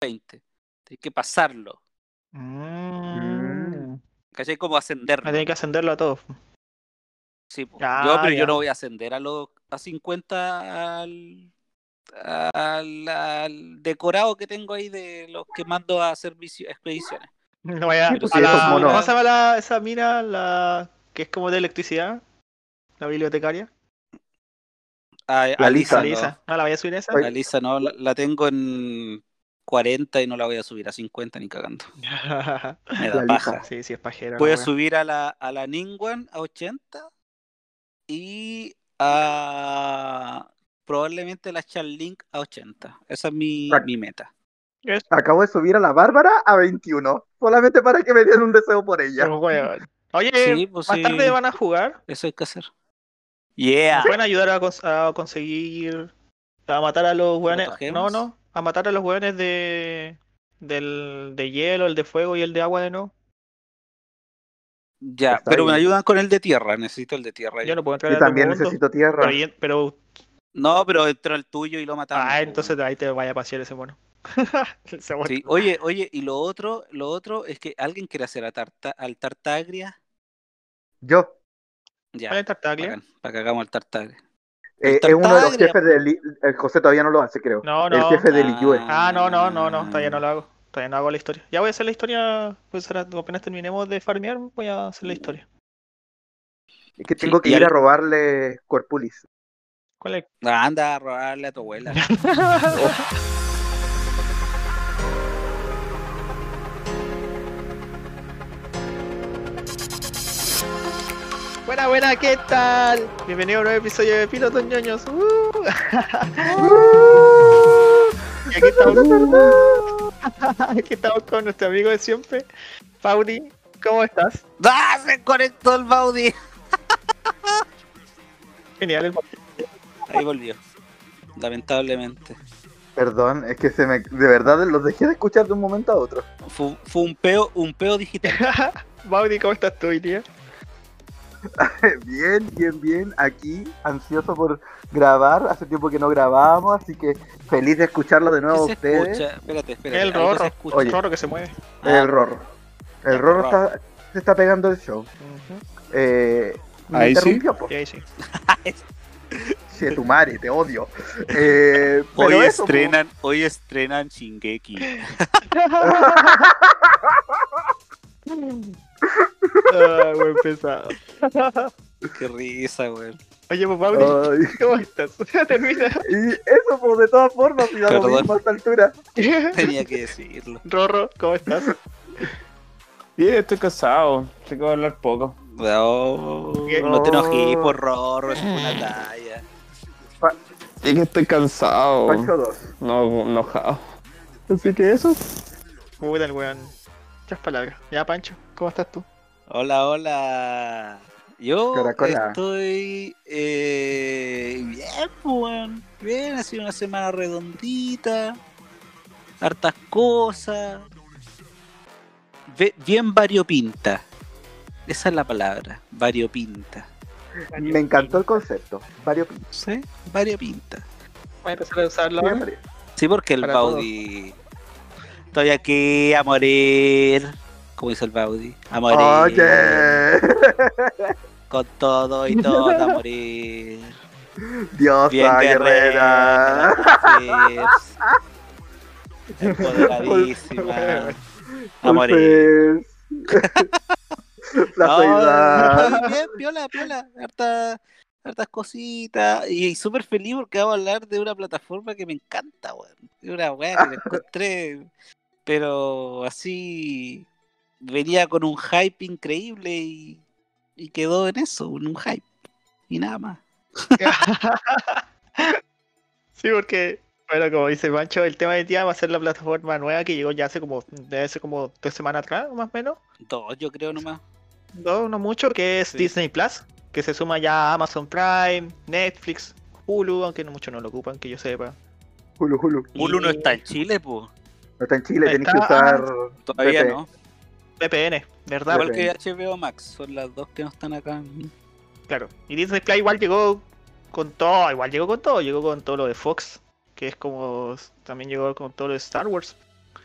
20. Tienes que pasarlo. ¿Cachai? Como ascenderlo. Tiene que ascenderlo a todos. Sí, po. Ah, Pero ya. yo no voy a ascender a 50 al decorado que tengo ahí de los que mando a hacer expediciones. No vaya Pero a si esos la. monos- ¿Cómo se llama esa mina? La que es como de electricidad. La bibliotecaria. A Lisa. Lisa no. Lisa. ¿No la vaya a subir esa? A Lisa no, la tengo en 40 y no la voy a subir a 50 ni cagando. Me da La paja. Lisa. Sí, sí, es pajera. Voy la a wea. subir a la Ningguang a 80 y a probablemente la Charlink a 80. Esa es mi meta. Acabo de subir a la Bárbara a 21. Solamente para que me dieran un deseo por ella. Pero, weón. Oye, Sí, pues más sí. tarde van a jugar. Eso hay que hacer. ¿Me Yeah. pueden ayudar a conseguir. A matar a los weones? ¿Protogemas? No. A matar a los weones de hielo, el de fuego y el de agua de nuevo. Ya, Está pero me bien. ayudan con el de tierra. Necesito el de tierra. Yo no puedo entrar Yo a tu también mundo. necesito tierra. Pero. No, pero entró el tuyo y lo matamos. Ah, pues, entonces weón. ahí te vaya a pasear ese mono. Ese mono. Sí, oye, y lo otro es que alguien quiere hacer al Tartaglia. Yo. Ya, ¿Cuál es Tartaglia? bacán, para que hagamos el Tartaglia. El Es uno de los Tartaglia, jefes el José todavía no lo hace, creo. No, El no. jefe del Iyue. No. Todavía no lo hago. Todavía no hago la historia. Ya voy a hacer la historia. Pues apenas terminemos de farmear, voy a hacer la historia. Es que Sí, tengo que ir a robarle Corpulis. ¿Cuál es? Anda a robarle a tu abuela. Buena, ¿qué tal? Bienvenido a un nuevo episodio de Pilotos Ñoños. Y aquí estamos con nuestro amigo de siempre, Faudi. ¿Cómo estás? ¡Ah! Se conectó el Baudi. Genial. Ahí volvió. Lamentablemente. Perdón, es que de verdad los dejé de escuchar de un momento a otro. Fue un peo digital. Faudi, ¿cómo estás tú hoy día? Bien. Aquí, ansioso por grabar. Hace tiempo que no grabábamos, así que feliz de escucharlo de nuevo a ¿Qué se ustedes. escucha? Espérate. El algo Rorro. se escucha. Oye. El Rorro que se mueve. El Rorro. El Rorro se está pegando el show. Me Ahí interrumpió, po. Y ahí sí. Che, tu madre, te odio. Pero eso, Hoy estrenan Shingeki. Buen pesado. Qué risa, güey. Oye, pues Faudi, Ay. ¿cómo estás? Termina. Y eso, pues, de todas formas, si da lo Perdón. mismo a esta altura. Tenía que decirlo. Rorro, ¿cómo estás? Bien, estoy cansado. Tengo que hablar poco. No te enojes por Rorro, es una talla. Es que estoy cansado. Pancho 2. No, enojado. Así que eso. Puta el weón. Muchas palabras. Ya, Pancho, ¿cómo estás tú? Hola. Yo Caracola. estoy bien, pues, weón. Bien, ha sido una semana redondita. Hartas cosas. Bien variopinta. Esa es la palabra, variopinta. Me encantó el concepto. Variopinto. ¿Sí? Variopinta. Voy a empezar a usarlo Sí, ahora. Sí, porque el Para Baudi. Estoy aquí a morir. Como dice el Baudi. A morir. Oye. Con todo y todo a morir. Diosa Bien guerrera. guerrera. Empoderadísima. A morir. La soledad. No, bien, piola. Hartas cositas. Y súper feliz porque vamos a hablar de una plataforma que me encanta, weón. De una weá que me encontré. Pero así venía con un hype increíble y quedó en eso, en un hype. Y nada más. Sí, porque, bueno, como dice Pancho, el tema de día va a ser la plataforma nueva que llegó ya debe ser como 3 semanas atrás, más o menos. 2, yo creo nomás. No mucho, que es Sí. Disney Plus, que se suma ya a Amazon Prime, Netflix, Hulu, aunque no mucho no lo ocupan, que yo sepa. Hulu. Hulu no Y- está en Chile, pues. No está en Chile, Ahí tenés que está. usar. Todavía VPN. no. VPN, ¿verdad? Igual VPN. que HBO Max, son las dos que no están acá. Claro. Y Disney Plus igual llegó con todo, llegó con todo lo de Fox, que es como también llegó con todo lo de Star Wars.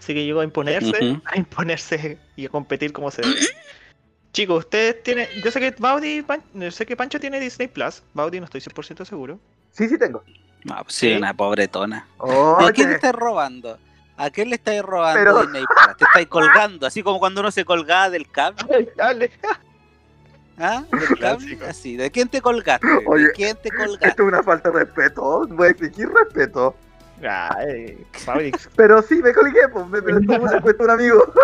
Así que llegó a imponerse y a competir como se debe. Chicos, ustedes tienen. Yo sé que Pancho tiene Disney Plus. Baudi no estoy 100% seguro. Sí, sí tengo. No, pues sí, ¿Sí? una pobretona. Oye, ¿A quién le estáis robando? ¿A quién le estáis robando Pero- Disney Plus? Te estáis colgando, así como cuando uno se colgaba del cable. Dale. ¿Ah? ¿Del cable? Clásico. Así. ¿De quién te colgaste? Oye, ¿De quién te colgaste? esto es una falta de respeto. Voy a exigir respeto. Ay, Baudi. Pero sí, me colgué, pues me prestó una cuenta un amigo.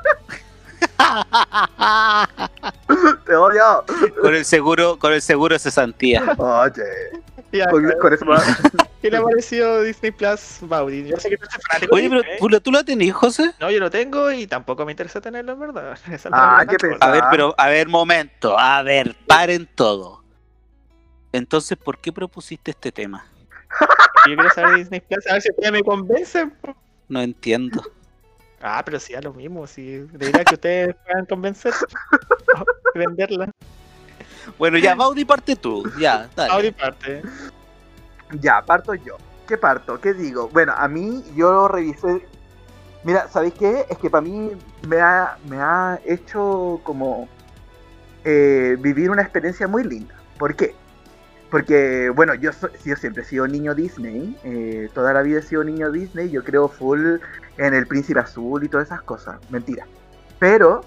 Te odio. Con el seguro de cesantía. Oye, Ya, con eso ¿qué le ha parecido Disney Plus, Baudi? Yo sé que tú eres fanático Oye, de pero Disney. ¿tú lo tenés, José? No, yo lo tengo y tampoco me interesa tenerlo en verdad. Esa es la Ah, verdad, qué chicos. pesado. A ver, momento. A ver, paren todo. Entonces, ¿por qué propusiste este tema? Yo quiero saber de Disney Plus, a ver si ustedes me convencen. No entiendo. Ah, pero sí, a lo mismo. Sí. Debería que ustedes puedan convencer y venderla. Bueno, ya, Baudi, parte tú. Ya, dale. Baudi parte. Ya, parto yo. ¿Qué parto? ¿Qué digo? Bueno, a mí yo revisé. Mira, ¿sabéis qué? Es que para mí me ha hecho como vivir una experiencia muy linda. ¿Por qué? Porque, bueno, yo siempre he sido niño Disney. Toda la vida he sido niño Disney. Yo creo full en el Príncipe Azul y todas esas cosas. Mentira. Pero,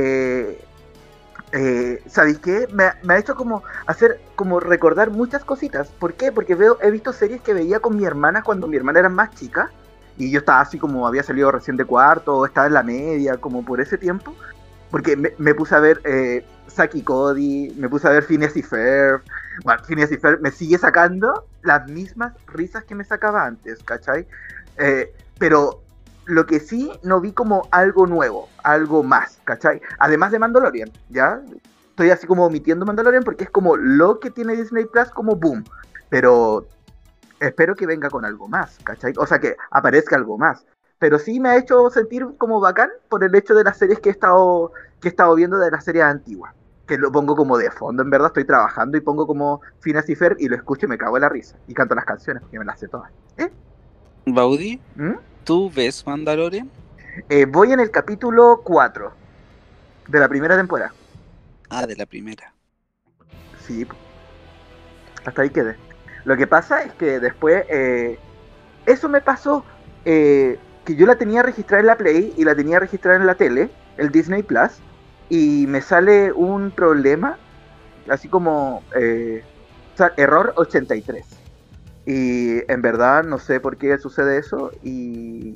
¿sabéis qué? Me ha hecho como recordar muchas cositas. ¿Por qué? Porque he visto series que veía con mi hermana cuando mi hermana era más chica. Y yo estaba así como había salido recién de cuarto, o estaba en la media, como por ese tiempo. Porque me puse a ver Zack y Cody, me puse a ver Phineas y Ferb. Bueno, Phineas y Ferb me sigue sacando las mismas risas que me sacaba antes, ¿cachai? Pero lo que sí no vi como algo nuevo, algo más, ¿cachai? Además de Mandalorian, ¿ya? Estoy así como omitiendo Mandalorian porque es como lo que tiene Disney Plus como boom. Pero espero que venga con algo más, ¿cachai? O sea, que aparezca algo más. Pero sí me ha hecho sentir como bacán por el hecho de las series que he estado viendo de las series antiguas. Que lo pongo como de fondo, en verdad estoy trabajando y pongo como Phineas y Ferb y lo escucho y me cago en la risa. Y canto las canciones, porque me las sé todas. Baudi, ¿Mm? ¿tú ves Mandalorian? Voy en el capítulo 4 de la primera temporada. Ah, de la primera. Sí, hasta ahí quedé. Lo que pasa es que después, eso me pasó, que yo la tenía registrada en la Play y la tenía registrada en la tele, el Disney Plus, y me sale un problema, así como error 83. Y en verdad no sé por qué sucede eso y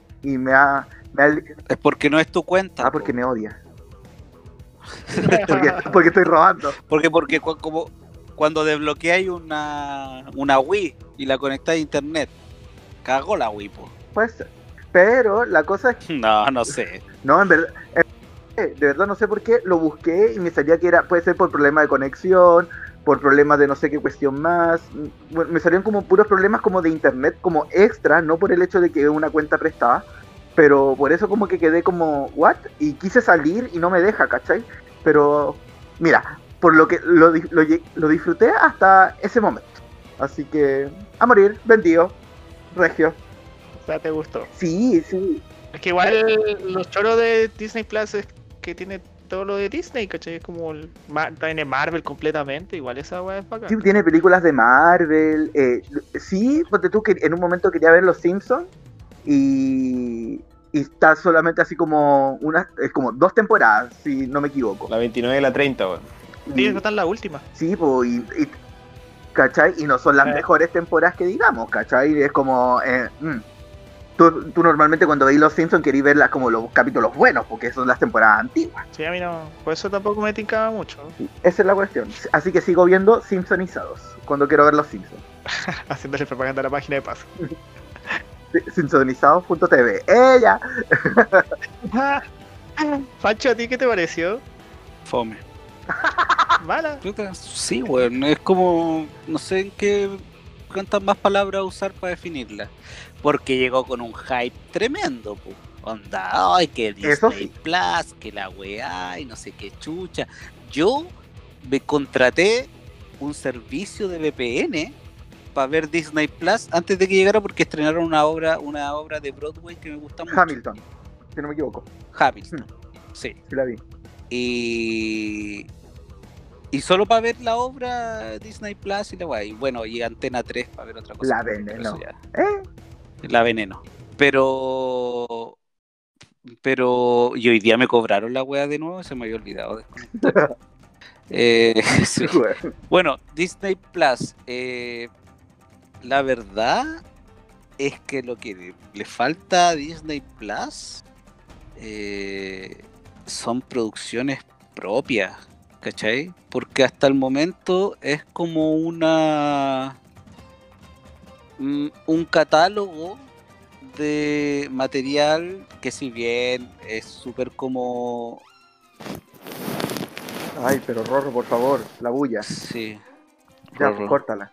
Es porque no es tu cuenta. porque me odia. porque estoy robando. Porque como cuando desbloqueáis una Wii y la conectáis a internet, cagó la Wii, po. Pues, pero la cosa es que No sé. no, en verdad, de verdad no sé por qué lo busqué y me salía que puede ser por problema de conexión, por problemas de no sé qué cuestión más. Bueno, me salían como puros problemas como de internet, como extra, no por el hecho de que una cuenta prestada, pero por eso como que quedé como, ¿what? Y quise salir y no me deja, ¿cachai? Pero, mira, por lo que lo disfruté hasta ese momento. Así que, a morir, vendido, regio. O sea, ¿te gustó? Sí, sí. Es que igual los choros de Disney Plus es que tiene todo lo de Disney, ¿cachai? Es como tiene Marvel completamente, igual esa weá es bacán. Sí, tiene películas de Marvel. Sí, ponte tú que en un momento quería ver Los Simpsons y está solamente así como es como 2 temporadas, si no me equivoco. La 29 y la 30, weón. Sí, esa está en la última. Sí, pues, ¿cachai? Y no son las mejores temporadas que digamos, ¿cachai? Es como... Tú normalmente cuando veis Los Simpsons queréis ver como los capítulos buenos, porque son las temporadas antiguas. Sí, a mí no, por eso tampoco me tincaba mucho. Esa es la cuestión. Así que sigo viendo Simpsonizados cuando quiero ver Los Simpsons. Haciéndole propaganda a la página de paso. Simpsonizados.tv. ¡Ella! Pancho, ¿a ti qué te pareció? Fome. ¿Mala? Puta, sí, weón. Es como. No sé en cuántas más palabras usar para definirla. Porque llegó con un hype tremendo, po. Onda, ay, que Eso Disney sí. Plus, que la weá, y no sé qué chucha. Yo me contraté un servicio de VPN ver Disney Plus antes de que llegara, porque estrenaron una obra de Broadway que me gusta mucho. Hamilton, si no me equivoco. Hamilton, sí. Sí la vi. Y solo para ver la obra Disney Plus y la guay. Bueno, y Antena 3 para ver otra cosa. La Veneno. Ya. ¿Eh? La Veneno. Pero y hoy día me cobraron la wea de nuevo, se me había olvidado desconectar. Sí. Bueno, Disney Plus, la verdad es que lo que le falta a Disney Plus son producciones propias, ¿cachai? Porque hasta el momento es como un catálogo de material que, si bien es súper como... Ay, pero Rorro, por favor, la bulla. Sí. Ya, Rorro. córtala.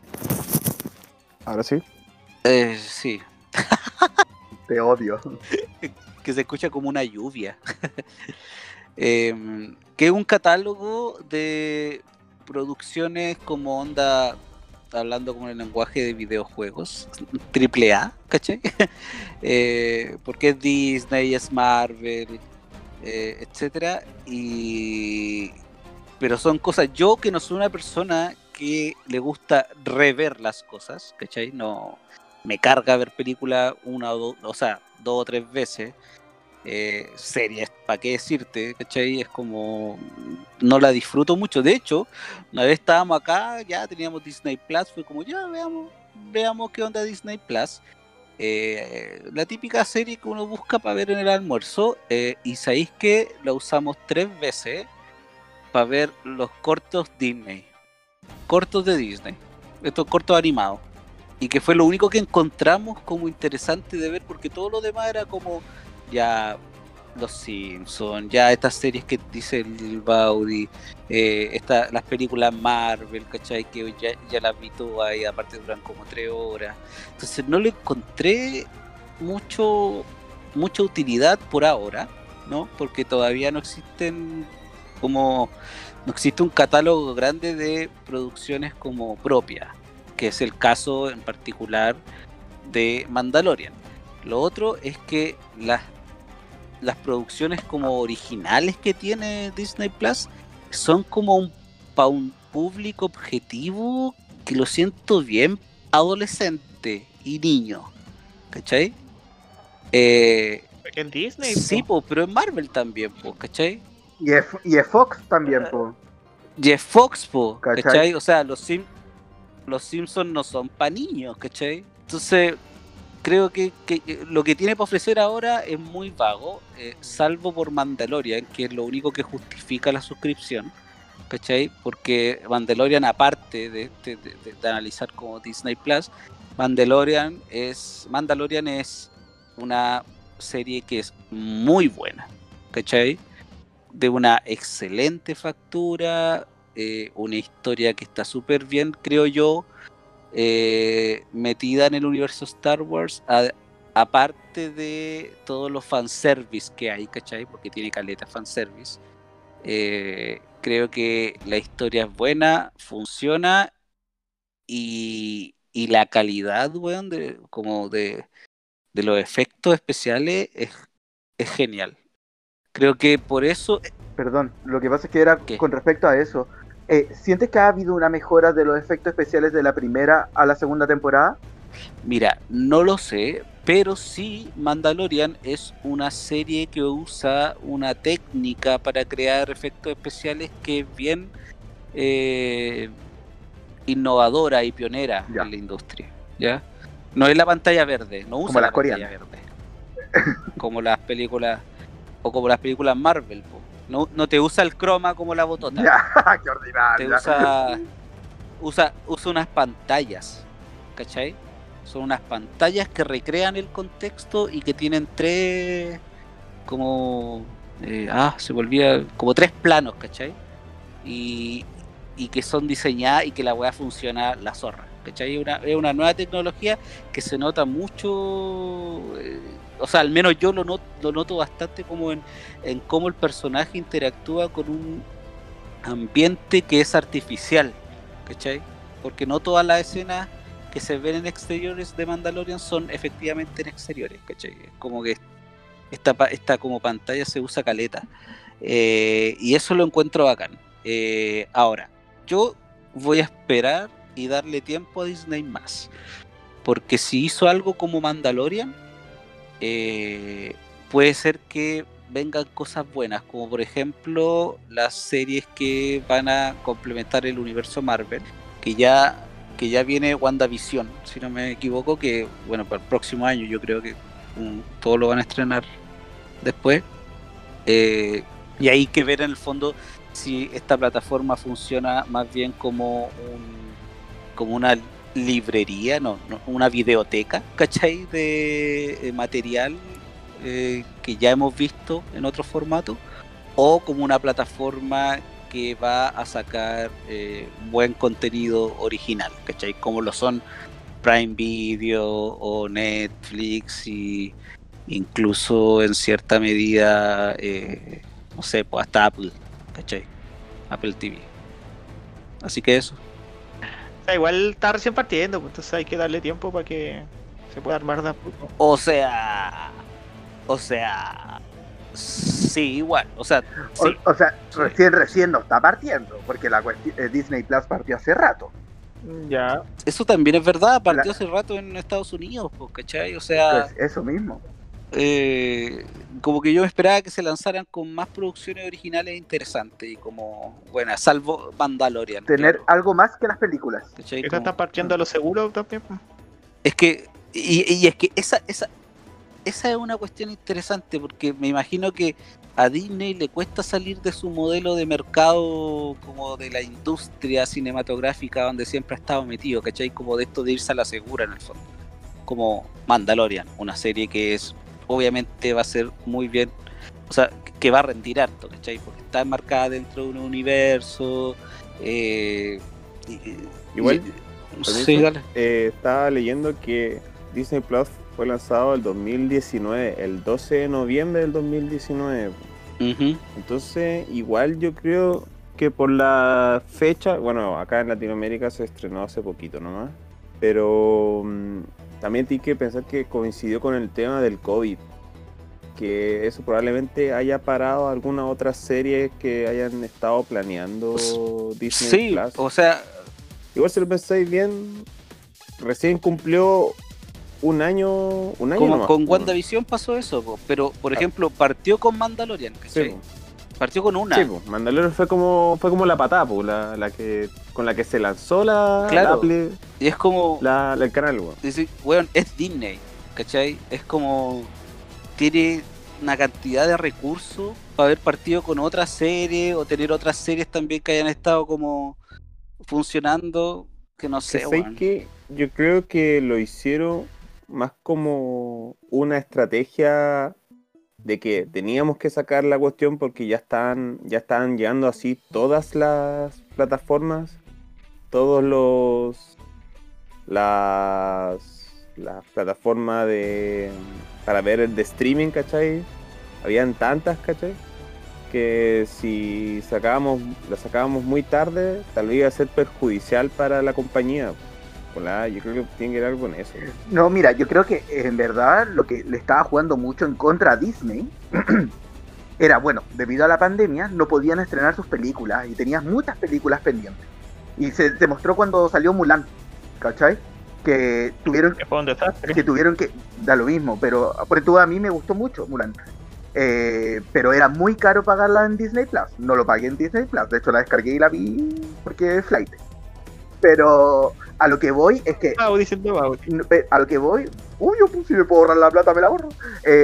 Ahora sí. Sí. Te odio. Que se escucha como una lluvia. Que es un catálogo de producciones como onda, hablando como en el lenguaje de videojuegos, AAA, ¿cachai? Porque es Disney, es Marvel, etcétera, pero son cosas, yo que no soy una persona que le gusta rever las cosas, ¿cachai? No me carga ver películas una o dos, o sea, 2 o 3 veces. Series, ¿para qué decirte? ¿Cachai? Es como, no la disfruto mucho. De hecho, una vez estábamos acá, ya teníamos Disney Plus, fue como, ya veamos qué onda Disney Plus. La típica serie que uno busca para ver en el almuerzo, y sabéis que la usamos 3 veces para ver los cortos Disney, cortos de Disney, estos cortos animados, y que fue lo único que encontramos como interesante de ver, porque todo lo demás era como ya Los Simpsons, ya estas series que dice el Baudi, las películas Marvel, ¿cachai? Que ya las vi todas ahí, aparte duran como 3 horas. Entonces no le encontré mucha utilidad por ahora, ¿no? Porque todavía no existe un catálogo grande de producciones como propias, que es el caso en particular de Mandalorian. Lo otro es que las producciones como originales que tiene Disney Plus son como para un público objetivo que lo siento bien adolescente y niño, ¿cachai? En Disney, sí, pero en Marvel también, ¿cachai? Y es Fox también, po. Y es Fox, ¿cachai? ¿Cachai? O sea, los Simpsons no son para niños, ¿cachai? Entonces creo que lo que tiene para ofrecer ahora es muy vago, salvo por Mandalorian, que es lo único que justifica la suscripción, ¿cachai? Porque Mandalorian, aparte de analizar como Disney Plus, Mandalorian es una serie que es muy buena, ¿cachai? De una excelente factura, una historia que está súper bien, creo yo, metida en el universo Star Wars, aparte de todos los fanservice que hay, ¿cachai? Porque tiene caleta fanservice. Creo que la historia es buena, funciona, y la calidad, weón, de los efectos especiales es genial. Creo que por eso... Perdón, lo que pasa es que era ¿Qué? con respecto a eso. ¿Sientes que ha habido una mejora de los efectos especiales de la primera a la segunda temporada? Mira, no lo sé, pero sí Mandalorian es una serie que usa una técnica para crear efectos especiales que es bien innovadora y pionera Ya. en la industria, ¿ya? No es la pantalla verde, no usa Como la las pantalla coreanas. verde. Como las películas, o como las películas Marvel, po. No te usa el croma como la botota. Ya, qué Te ordinaria. usa unas pantallas, ¿cachai? Son unas pantallas que recrean el contexto y que tienen 3 como se volvía como 3 planos, ¿cachai? Y que son diseñadas y que la weá funciona la zorra, ¿cachai? Es una nueva tecnología que se nota mucho, o sea, al menos yo lo noto bastante como en cómo el personaje interactúa con un ambiente que es artificial, ¿cachai? Porque no todas las escenas que se ven en exteriores de Mandalorian son efectivamente en exteriores, ¿cachai? Como que esta como pantalla se usa caleta. Y eso lo encuentro bacán. Ahora, yo voy a esperar y darle tiempo a Disney más. Porque si hizo algo como Mandalorian, puede ser que vengan cosas buenas, como por ejemplo las series que van a complementar el universo Marvel, que ya viene WandaVision, si no me equivoco, que bueno, para el próximo año yo creo que todo lo van a estrenar después. Y hay que ver en el fondo si esta plataforma funciona más bien como una librería, no, una videoteca, ¿cachai? De material que ya hemos visto en otro formato, o como una plataforma que va a sacar buen contenido original, ¿cachai? Como lo son Prime Video o Netflix, y incluso en cierta medida no sé, pues hasta Apple, ¿cachai? Apple TV. Así que eso. O sea, igual está recién partiendo, pues, entonces hay que darle tiempo para que se pueda armar de a poco. O sea, sí, igual, o sea, sí. O sea, recién no está partiendo, porque la Disney Plus partió hace rato. Ya. Eso también es verdad, partió hace rato en Estados Unidos, pues, ¿cachai? O sea, Pues eso mismo. como que yo esperaba que se lanzaran con más producciones originales interesantes y como, bueno, salvo Mandalorian. Tener claro, algo más que las películas. ¿cachai? Esta Como, está partiendo a lo seguro también. es que, y es que esa es una cuestión interesante, porque me imagino que a Disney le cuesta salir de su modelo de mercado, como de la industria cinematográfica donde siempre ha estado metido, ¿cachai? Como de esto de irse a la segura en el fondo. Como Mandalorian, una serie que es, obviamente va a ser muy bien, o sea, que va a rendir harto, ¿cachai? Porque está enmarcada dentro de un universo. Igual, sí, dale. estaba leyendo que Disney Plus fue lanzado el 2019, el 12 de noviembre del 2019. Uh-huh. Entonces, igual yo creo que por la fecha, bueno, acá en Latinoamérica se estrenó hace poquito nomás, pero también hay que pensar que coincidió con el tema del COVID, que eso probablemente haya parado alguna otra serie que hayan estado planeando Disney Sí, Plus. o sea, Igual si lo pensáis bien, recién cumplió un año como nomás, con po. WandaVision pasó eso, po, pero por ejemplo partió con Mandalorian, ¿cachai? Sí, po. Partió con una. Sí, po. Mandalorian fue como la patada, po, la que con la que se lanzó la Claro. Apple, Y es como el canal, weón. decir, weón, es Disney, ¿cachai? Es como tiene una cantidad de recursos para haber partido con otra serie o tener otras series también que hayan estado como funcionando, que no sé, ¿Sabes weón. qué? Yo creo que lo hicieron más como una estrategia de que teníamos que sacar la cuestión porque ya están llegando así todas las plataformas, las plataformas para ver el de streaming, ¿cachai? Habían tantas, ¿cachai? Que si la sacábamos muy tarde, tal vez iba a ser perjudicial para la compañía. Yo creo que tiene que ver algo en eso. No, mira, yo creo que en verdad lo que le estaba jugando mucho en contra a Disney era, bueno, debido a la pandemia no podían estrenar sus películas y tenías muchas películas pendientes. Y se demostró cuando salió Mulan, ¿cachai? Que tuvieron que, da lo mismo, pero por todo a mí me gustó mucho Mulan. Pero era muy caro pagarla en Disney Plus. No lo pagué en Disney Plus, de hecho la descargué y la vi porque es flight. Pero a lo que voy es que a lo que voy, yo pues, si me puedo ahorrar la plata me la ahorro.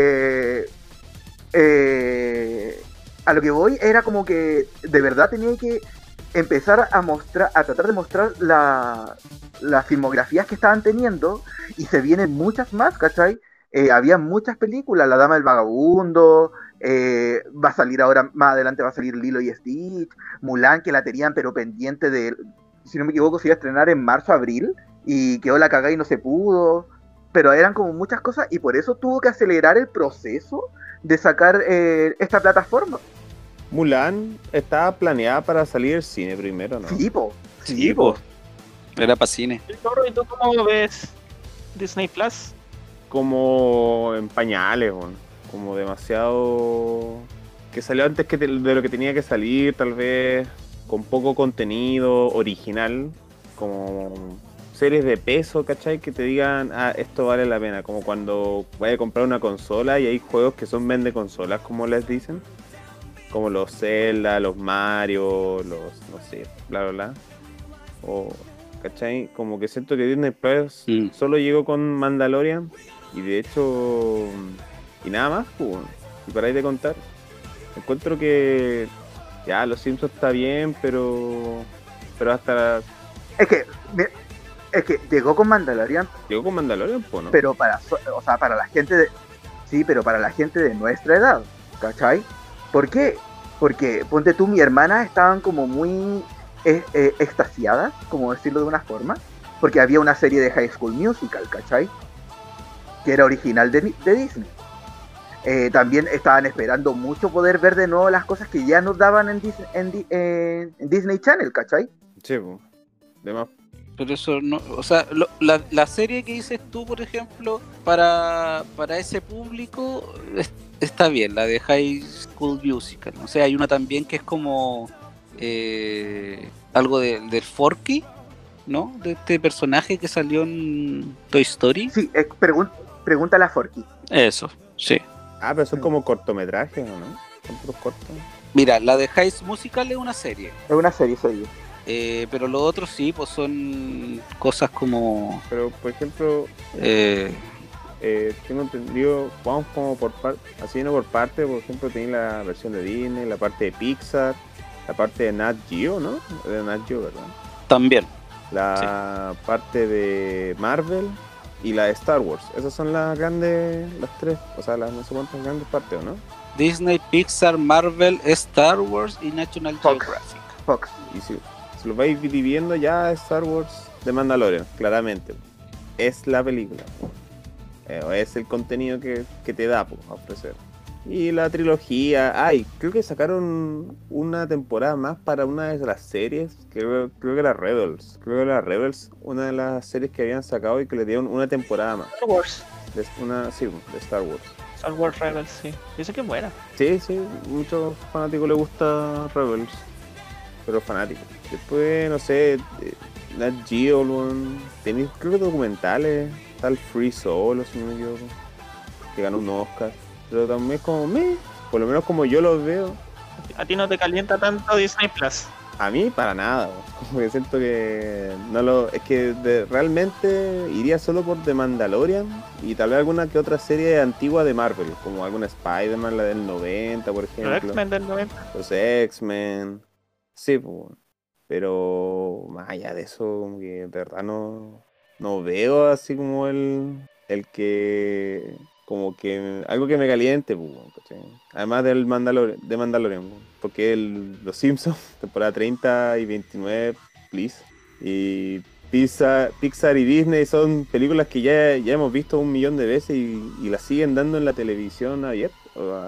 A lo que voy era como que de verdad tenía que empezar a tratar de mostrar las filmografías que estaban teniendo, y se vienen muchas más, ¿cachai? Había muchas películas, La Dama del Vagabundo, va a salir ahora, más adelante va a salir Lilo y Stitch, Mulan, que la tenían pero pendiente de, si no me equivoco, se iba a estrenar en marzo, abril, y quedó la cagada y no se pudo, pero eran como muchas cosas, y por eso tuvo que acelerar el proceso de sacar esta plataforma. Mulan estaba planeada para salir al cine primero, ¿no? Sí, po. Sí, po. Era para cine. ¿Y tú cómo ves Disney Plus? Como en pañales, weón. Como demasiado... Que salió antes de lo que tenía que salir, tal vez con poco contenido original, como series de peso, ¿cachai? Que te digan, ah, esto vale la pena, como cuando vayas a comprar una consola y hay juegos que son vende consolas, como les dicen, como los Zelda, los Mario, los, no sé, bla, bla, bla. O, ¿cachai? Como que siento que Disney Plus solo llegó con Mandalorian y de hecho, y nada más, pues, y para ahí de contar. Encuentro que ya Los Simpsons está bien, pero hasta Es que llegó con Mandalorian, llegó con Mandalorian, pues, ¿no? pero para la gente de, sí, pero para la gente de nuestra edad, ¿cachai? ¿Por qué? Porque, ponte tú, mi hermana estaban como muy extasiadas, como decirlo de una forma, porque había una serie de High School Musical, ¿cachai? Que era original de Disney. También estaban esperando mucho poder ver de nuevo las cosas que ya nos daban en Disney Channel, ¿cachai? Sí, pues. De más. Pero eso no, o sea, la serie que dices tú, por ejemplo, para ese público está bien, la de High School Musical. O sea, hay una también que es como algo del Forky, ¿no? De este personaje que salió en Toy Story. Sí, pregúntale a Forky. Eso, sí. Ah, pero son como cortometrajes, ¿o no? Son puros cortos. Mira, la de High School Musical es una serie. Es una serie. Pero los otros sí, pues son cosas como... Pero, por ejemplo, tengo entendido, vamos como por parte, así no por parte, por ejemplo, tenéis la versión de Disney, la parte de Pixar, la parte de Nat Geo, ¿no? De Nat Geo, ¿verdad? También. La parte de Marvel y la de Star Wars. Esas son las grandes, las tres, o sea, las no sé cuántas grandes partes, ¿o no? Disney, Pixar, Marvel, Star Wars y National Geographic. Fox. Y si lo vais dividiendo ya, Star Wars de Mandalorian, claramente. Es la película. Es el contenido que te da a ofrecer. Y la trilogía. Creo que sacaron una temporada más para una de las series. Creo que era Rebels. Creo que era Rebels, una de las series que habían sacado y que le dieron una temporada más. Star Wars. De Star Wars. Star Wars Rebels, sí. Dice que es buena. Sí, muchos fanáticos les gusta Rebels. Pero fanáticos. Después, no sé, Nat Geo, tenéis creo que documentales. Tal Free Solo, si no me equivoco, que ganó un Oscar. Pero también es como, por lo menos como yo los veo. ¿A ti no te calienta tanto Disney Plus? A mí para nada, como que siento que es que realmente iría solo por The Mandalorian y tal vez alguna que otra serie antigua de Marvel, como alguna Spider-Man, la del 90, por ejemplo. Los X-Men del 90. Los X-Men. Sí, pues. Pero más allá de eso, como que de verdad no veo así como el que como que algo que me caliente, pues, ¿cachai? Además de Mandalorian, porque Los Simpsons, temporada 30 y 29, please. Y Pixar y Disney son películas que ya hemos visto 1.000.000 de veces y las siguen dando en la televisión abierta,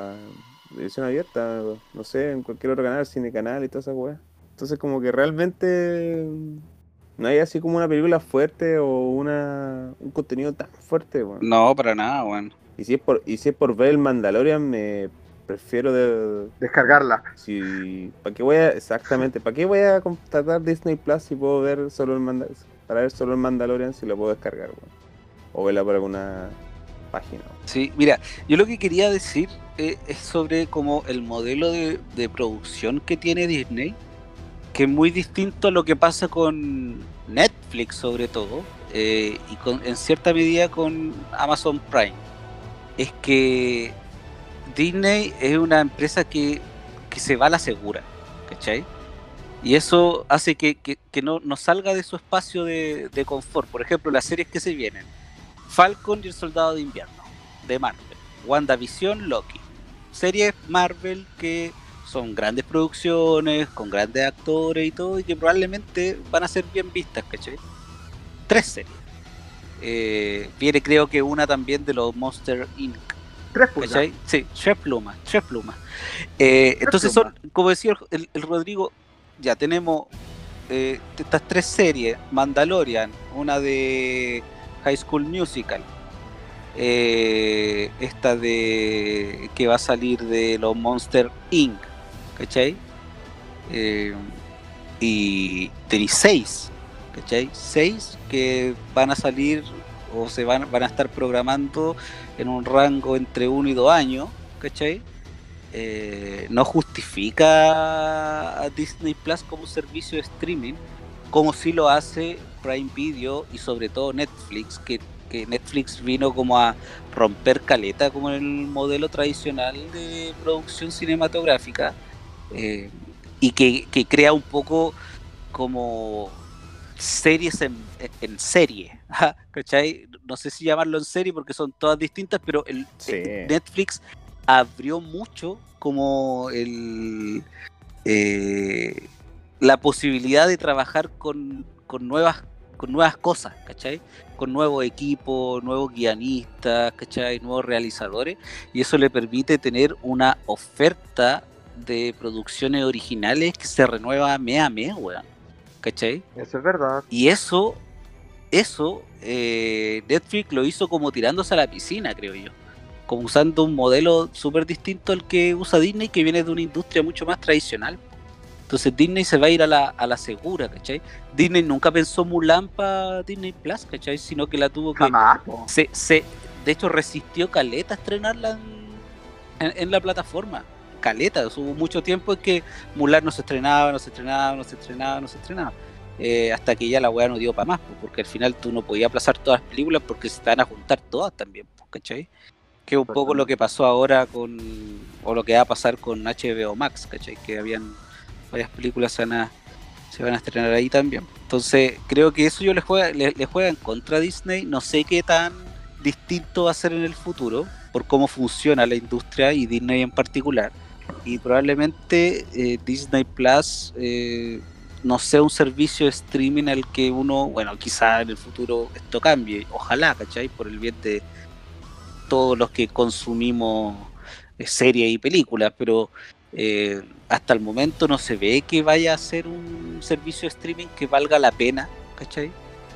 no sé, en cualquier otro canal, Cine Canal y todas esas weas. Entonces como que realmente no hay así como una película fuerte o un contenido tan fuerte, bueno. No, para nada, bueno. Y si es por ver el Mandalorian, me prefiero descargarla. ¿Para qué voy a contratar Disney Plus si puedo ver para ver solo el Mandalorian si lo puedo descargar, bueno? O verla por alguna página. Sí, mira, yo lo que quería decir es sobre como el modelo de producción que tiene Disney, que es muy distinto a lo que pasa con Netflix sobre todo, y en cierta medida con Amazon Prime. Es que Disney es una empresa que se va a la segura, ¿cachai? Y eso hace que no salga de su espacio de confort. Por ejemplo, las series que se vienen: Falcon y el Soldado de Invierno, de Marvel; WandaVision, Loki. Series Marvel que son grandes producciones, con grandes actores y todo, y que probablemente van a ser bien vistas, ¿cachai? 3 series. Viene creo que una también de los Monster Inc. 3 pulgas. ¿Cachai? Sí, Chef Pluma. Entonces son, como decía el Rodrigo, ya tenemos estas 3 series: Mandalorian, una de High School Musical, esta de que va a salir de los Monster Inc., ¿cachai? Y tenéis 6, ¿cachai? 6 que van a salir o se van a estar programando en un rango entre 1 y 2 años, ¿cachai? No justifica a Disney Plus como un servicio de streaming, como si lo hace Prime Video y sobre todo Netflix, que Netflix vino como a romper caleta como en el modelo tradicional de producción cinematográfica, y que crea un poco como series en serie, ¿cachai? No sé si llamarlo en serie porque son todas distintas, pero Netflix abrió mucho como la posibilidad de trabajar con nuevas cosas, ¿cachai? Con nuevos equipos, nuevos guionistas, ¿cachai? Nuevos realizadores, y eso le permite tener una oferta de producciones originales que se renueva mes a mes, weón, ¿cachai? Eso es verdad. Y eso Netflix lo hizo como tirándose a la piscina, creo yo, como usando un modelo súper distinto al que usa Disney, que viene de una industria mucho más tradicional. Entonces Disney se va a ir a la segura, ¿cachai? Disney nunca pensó Mulan para Disney Plus, ¿cachai? Sino que la tuvo que... Jamás. De hecho resistió caleta a estrenarla en la plataforma. Caleta, hubo mucho tiempo en que Mulan no se estrenaba, hasta que ya la weá no dio para más, porque al final tú no podías aplazar todas las películas porque se te van a juntar todas también, ¿cachai? Que es un poco lo que pasó ahora o lo que va a pasar con HBO Max, ¿cachai? Que habían varias películas se van a estrenar ahí también. Entonces creo que eso le juega en contra a Disney. No sé qué tan distinto va a ser en el futuro por cómo funciona la industria y Disney en particular, y probablemente Disney Plus no sea un servicio de streaming al que uno, bueno, quizá en el futuro esto cambie, ojalá, ¿cachai? Por el bien de todos los que consumimos series y películas, pero hasta el momento no se ve que vaya a ser un servicio de streaming que valga la pena, ¿cachai?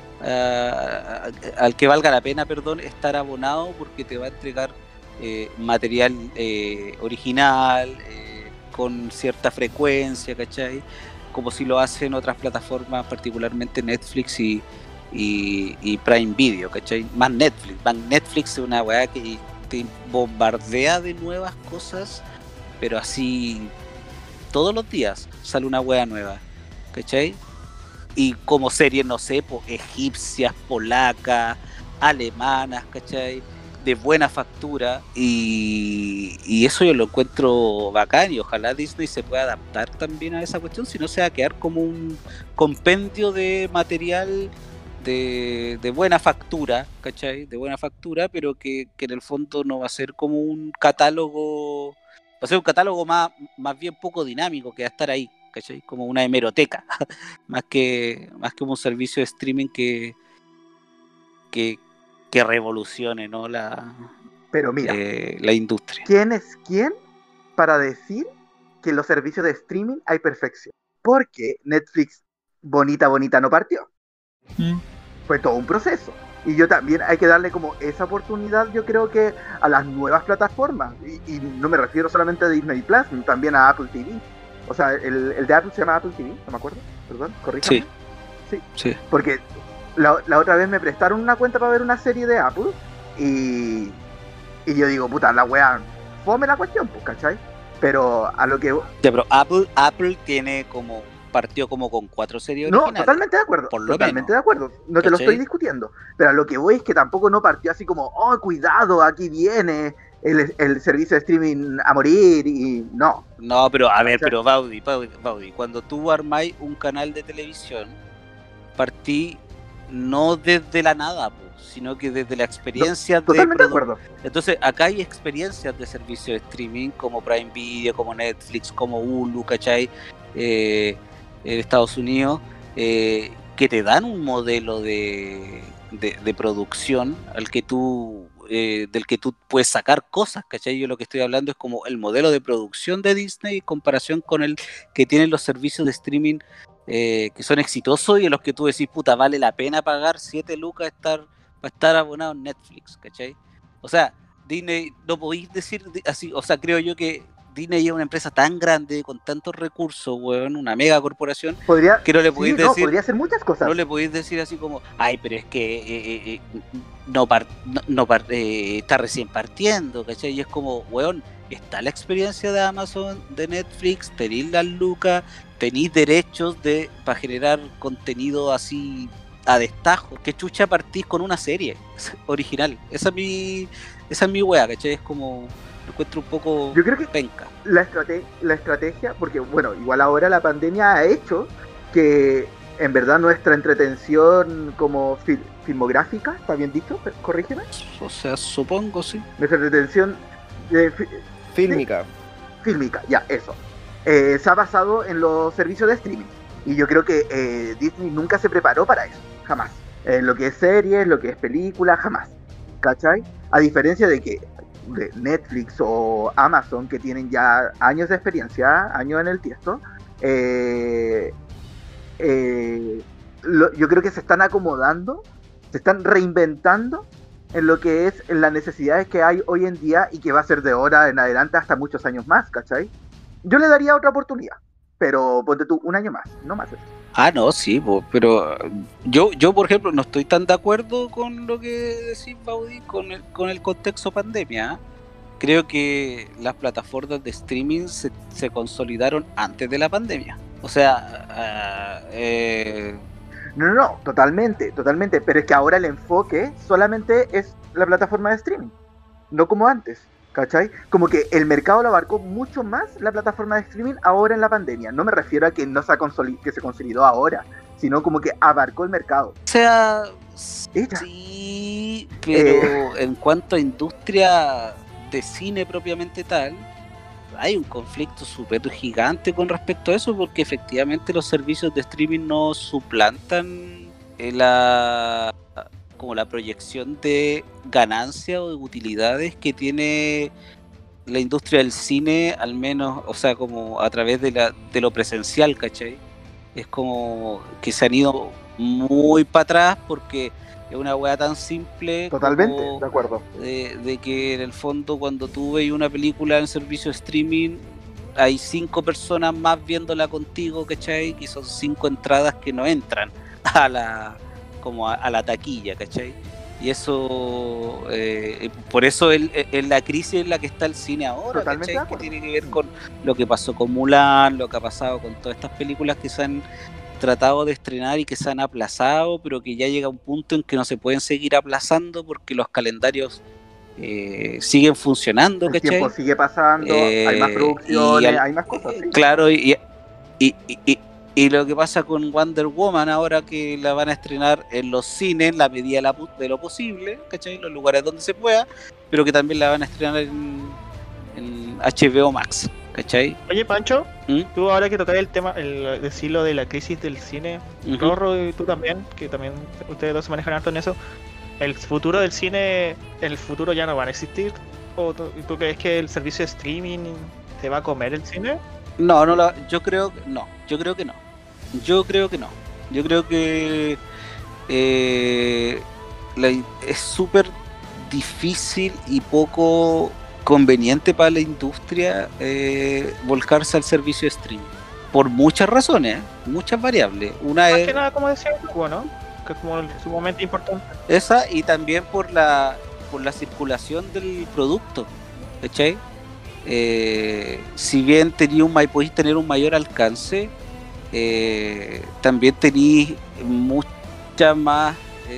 Al que valga la pena, perdón, estar abonado, porque te va a entregar material original con cierta frecuencia, ¿cachai? Como si lo hacen otras plataformas, particularmente Netflix y Prime Video, ¿cachai? Más Netflix es una weá que te bombardea de nuevas cosas, pero así todos los días sale una weá nueva, ¿cachai? Y como series, no sé, egipcias, polacas, alemanas, ¿cachai? De buena factura, y eso yo lo encuentro bacán, y ojalá Disney se pueda adaptar también a esa cuestión, si no se va a quedar como un compendio de material de buena factura, ¿cachai? De buena factura, pero que en el fondo no va a ser como un catálogo, va a ser un catálogo más bien poco dinámico, que va a estar ahí, ¿cachai? Como una hemeroteca, más que un servicio de streaming que revolucione, ¿no? Pero mira, la industria. ¿quién es quién para decir que en los servicios de streaming hay perfección? Porque Netflix bonita no partió. Fue todo un proceso. Y yo también hay que darle como esa oportunidad, yo creo que a las nuevas plataformas. Y no me refiero solamente a Disney Plus, también a Apple TV. O sea, el de Apple se llama Apple TV, no me acuerdo, perdón, corríjame. Sí. Porque la otra vez me prestaron una cuenta para ver una serie de Apple y yo digo, puta, la weá, fome la cuestión, pues, ¿cachai? Pero a lo que... Sí, pero Apple partió como con 4 series originales. No, totalmente de acuerdo, de acuerdo, no te lo estoy discutiendo, pero a lo que voy es que tampoco no partió así como, oh, cuidado, aquí viene el servicio de streaming a morir, y no. No, pero a ver, pero Baudi, cuando tú armáis un canal de televisión, partí no desde la nada, sino que desde la experiencia totalmente de acuerdo. Entonces acá hay experiencias de servicio de streaming como Prime Video, como Netflix, como Hulu, ¿cachai? En Estados Unidos, que te dan un modelo de producción al que tú del que tú puedes sacar cosas, ¿cachai? Yo lo que estoy hablando es como el modelo de producción de Disney en comparación con el que tienen los servicios de streaming que son exitosos y en los que tú decís, puta, vale la pena pagar 7 lucas para estar abonado en Netflix, ¿cachai? O sea, Disney, no podéis decir así, o sea, creo yo que Disney es una empresa tan grande, con tantos recursos, weón, una mega corporación, Podría, que no le sí, podéis no, decir, podría hacer muchas cosas. no le podéis decir así como, ay, pero es que está recién partiendo, ¿cachai? Y es como, weón, está la experiencia de Amazon, de Netflix, tenéis las lucas, tenéis derechos para generar contenido así a destajo. Que chucha partís con una serie original. Esa es mi wea, ¿cachai? Es como, lo encuentro un poco Yo creo que penca. la estrategia, porque bueno, igual ahora la pandemia ha hecho que en verdad nuestra entretención como filmográfica, ¿está bien dicho? Corrígeme. O sea, supongo, sí. Nuestra entretención Fílmica. fílmica, ya, eso. Se ha basado en los servicios de streaming. Y yo creo que Disney nunca se preparó para eso, jamás. Lo que es series, lo que es película, jamás. ¿Cachai? A diferencia de que de Netflix o Amazon, que tienen ya años de experiencia, años en el tiesto, yo creo que se están acomodando, se están reinventando en lo que es en las necesidades que hay hoy en día y que va a ser de ahora en adelante hasta muchos años más, ¿cachai? Yo le daría otra oportunidad, pero ponte tú un año más, no más. Ah, no, sí, pero yo, por ejemplo, no estoy tan de acuerdo con lo que decís, Baudi, con el contexto pandemia. ¿Eh? Creo que las plataformas de streaming se consolidaron antes de la pandemia. O sea, No, totalmente, pero es que ahora el enfoque solamente es la plataforma de streaming, no como antes, ¿cachai? Como que el mercado lo abarcó mucho más la plataforma de streaming ahora en la pandemia. No me refiero a que no que se consolidó ahora, sino como que abarcó el mercado. o sea, Ella. sí, pero en cuanto a industria de cine propiamente tal, hay un conflicto súper gigante con respecto a eso, porque efectivamente los servicios de streaming no suplantan como la proyección de ganancia o de utilidades que tiene la industria del cine, al menos, o sea, como a través de lo presencial, ¿cachai? Es como que se han ido muy para atrás porque es una weá tan simple. Totalmente, como de acuerdo. de que en el fondo cuando tú ves una película en servicio de streaming hay 5 personas más viéndola contigo, ¿cachai? Y son 5 entradas que no entran a la taquilla, ¿cachai? Y eso, por eso es la crisis en la que está el cine ahora, Totalmente ¿cachai? Que tiene que ver con lo que pasó con Mulan, lo que ha pasado con todas estas películas que se han tratado de estrenar y que se han aplazado, pero que ya llega un punto en que no se pueden seguir aplazando porque los calendarios siguen funcionando, El ¿cachai? tiempo sigue pasando, hay más producciones, hay más cosas. ¿Sí? Claro, y lo que pasa con Wonder Woman ahora que la van a estrenar en los cines en la medida de lo posible, ¿cachai? En los lugares donde se pueda, pero que también la van a estrenar en HBO Max, ¿cachai? Oye, Pancho, ¿Mm? tú ahora que tocas el tema, decirlo de la crisis del cine, Ujú. Rorro y tú también, que también ustedes dos se manejan harto en eso, ¿el futuro del cine, en el futuro ya no van a existir? ¿O tú crees que el servicio de streaming se va a comer el cine? No, yo creo que no. Yo creo que es súper difícil y poco conveniente para la industria volcarse al servicio de streaming. Por muchas razones, muchas variables. Una Más es que nada, como decía Hugo, ¿no? Que es como sumamente importante. esa y también por la circulación del producto, ¿cachai? Si bien podéis tener un mayor alcance, también tenéis muchas más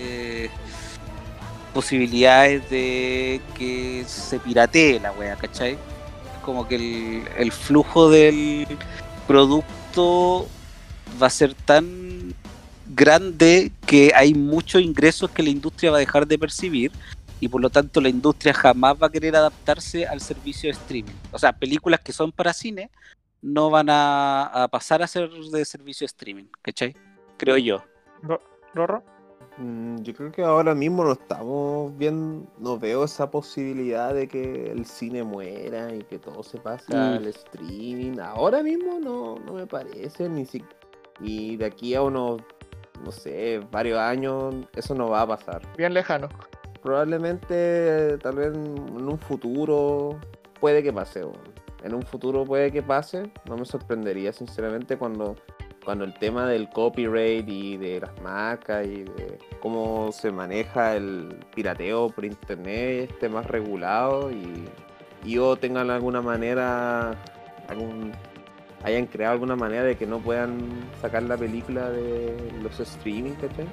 posibilidades de que se piratee la wea, ¿cachai? Como que el flujo del producto va a ser tan grande que hay muchos ingresos que la industria va a dejar de percibir y por lo tanto la industria jamás va a querer adaptarse al servicio de streaming. O sea, películas que son para cine no van a pasar a ser de servicio de streaming, ¿cachai? Creo yo. ¿Rorro? Yo creo que ahora mismo no estamos bien, no veo esa posibilidad de que el cine muera y que todo se pase al streaming. Ahora mismo no me parece, y de aquí a unos, no sé, varios años, eso no va a pasar. Bien lejano. Probablemente, tal vez en un futuro, puede que pase. En un futuro puede que pase. No me sorprendería, sinceramente, cuando el tema del copyright y de las marcas y de cómo se maneja el pirateo por internet esté más regulado y o tengan alguna manera, hayan creado alguna manera de que no puedan sacar la película de los streaming, ¿cachai?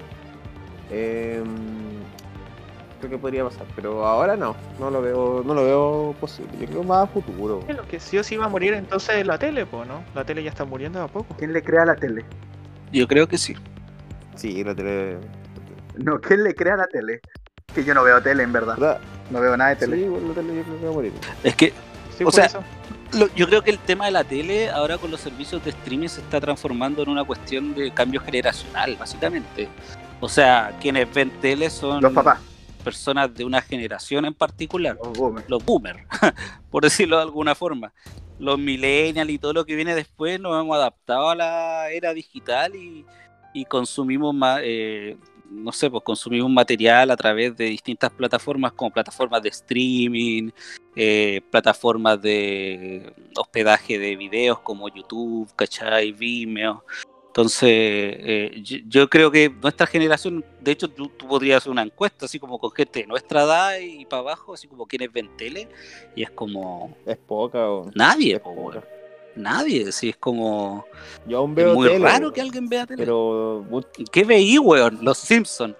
Creo que podría pasar, pero ahora no lo veo posible. Yo creo más a futuro. Lo que sí o sí va a morir entonces es la tele, ¿no? La tele ya está muriendo de a poco. ¿Quién le crea la tele? Yo creo que sí. Sí, la tele. No, ¿quién le crea la tele? Que yo no veo tele, en verdad. ¿Verdad? No veo nada de tele. Sí, bueno, la tele yo creo que va a morir. Es que, Sí, o por sea, eso. yo creo que el tema de la tele ahora con los servicios de streaming se está transformando en una cuestión de cambio generacional, básicamente. O sea, quienes ven tele son Los papás. personas de una generación en particular, Los boomers. los boomers, por decirlo de alguna forma. Los millennials y todo lo que viene después nos hemos adaptado a la era digital y consumimos más, no sé, pues consumimos material a través de distintas plataformas como plataformas de streaming, plataformas de hospedaje de videos como YouTube, ¿cachai? Vimeo. Entonces, yo creo que nuestra generación, de hecho, tú podrías hacer una encuesta así como con gente de nuestra edad y para abajo, así como quienes ven tele, y es como Es poca, nadie, es po, poca. weón. Nadie, sí, es como Yo aún es veo muy tele, raro weón, que alguien vea tele. pero ¿Qué veí, weón? Los Simpsons.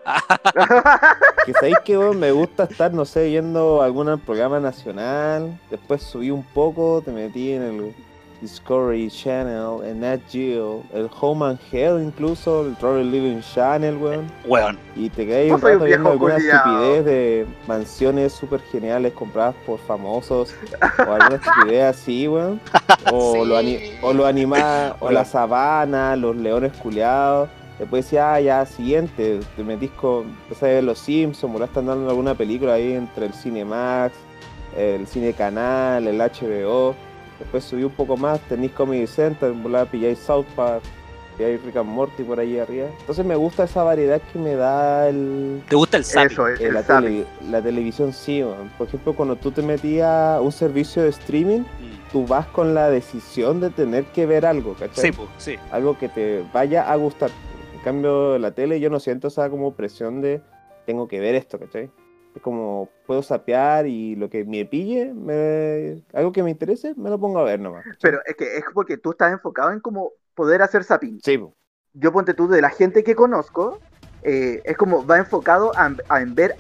que sabéis que weón, me gusta estar, no sé, viendo algún programa nacional, después subí un poco, te metí en el Discovery Channel, en Nat Geo, el Home and Health incluso, el Royal Living Channel, weón, Weón. y te quedáis un Vos sois un rato viendo viejo alguna culiao. estupidez de mansiones súper geniales compradas por famosos, o alguna estupidez así, weón, o lo animada, o la sabana, los leones culiados. Después decía, ya, siguiente, te metís con, empezás a ver Los Simpsons, o están dando alguna película ahí entre el Cinemax, el Cine Canal, el HBO. Después subí un poco más, tenéis Comedy Center, pilláis South Park, pilláis Rick and Morty por ahí arriba. Entonces me gusta esa variedad que me da ¿Te gusta el zapping? Eso, el zapping. la televisión, sí, man. Por ejemplo, cuando tú te metías a un servicio de streaming, tú vas con la decisión de tener que ver algo, ¿cachai? Sí, pues, sí. Algo que te vaya a gustar. En cambio, la tele yo no siento esa como presión de tengo que ver esto, ¿cachai? Es como puedo sapear y lo que me pille, algo que me interese, me lo pongo a ver nomás, ¿cachai? Pero es que es porque tú estás enfocado en como poder hacer zapping. Sí, po. Yo ponte tú de la gente que conozco, es como va enfocado en ver,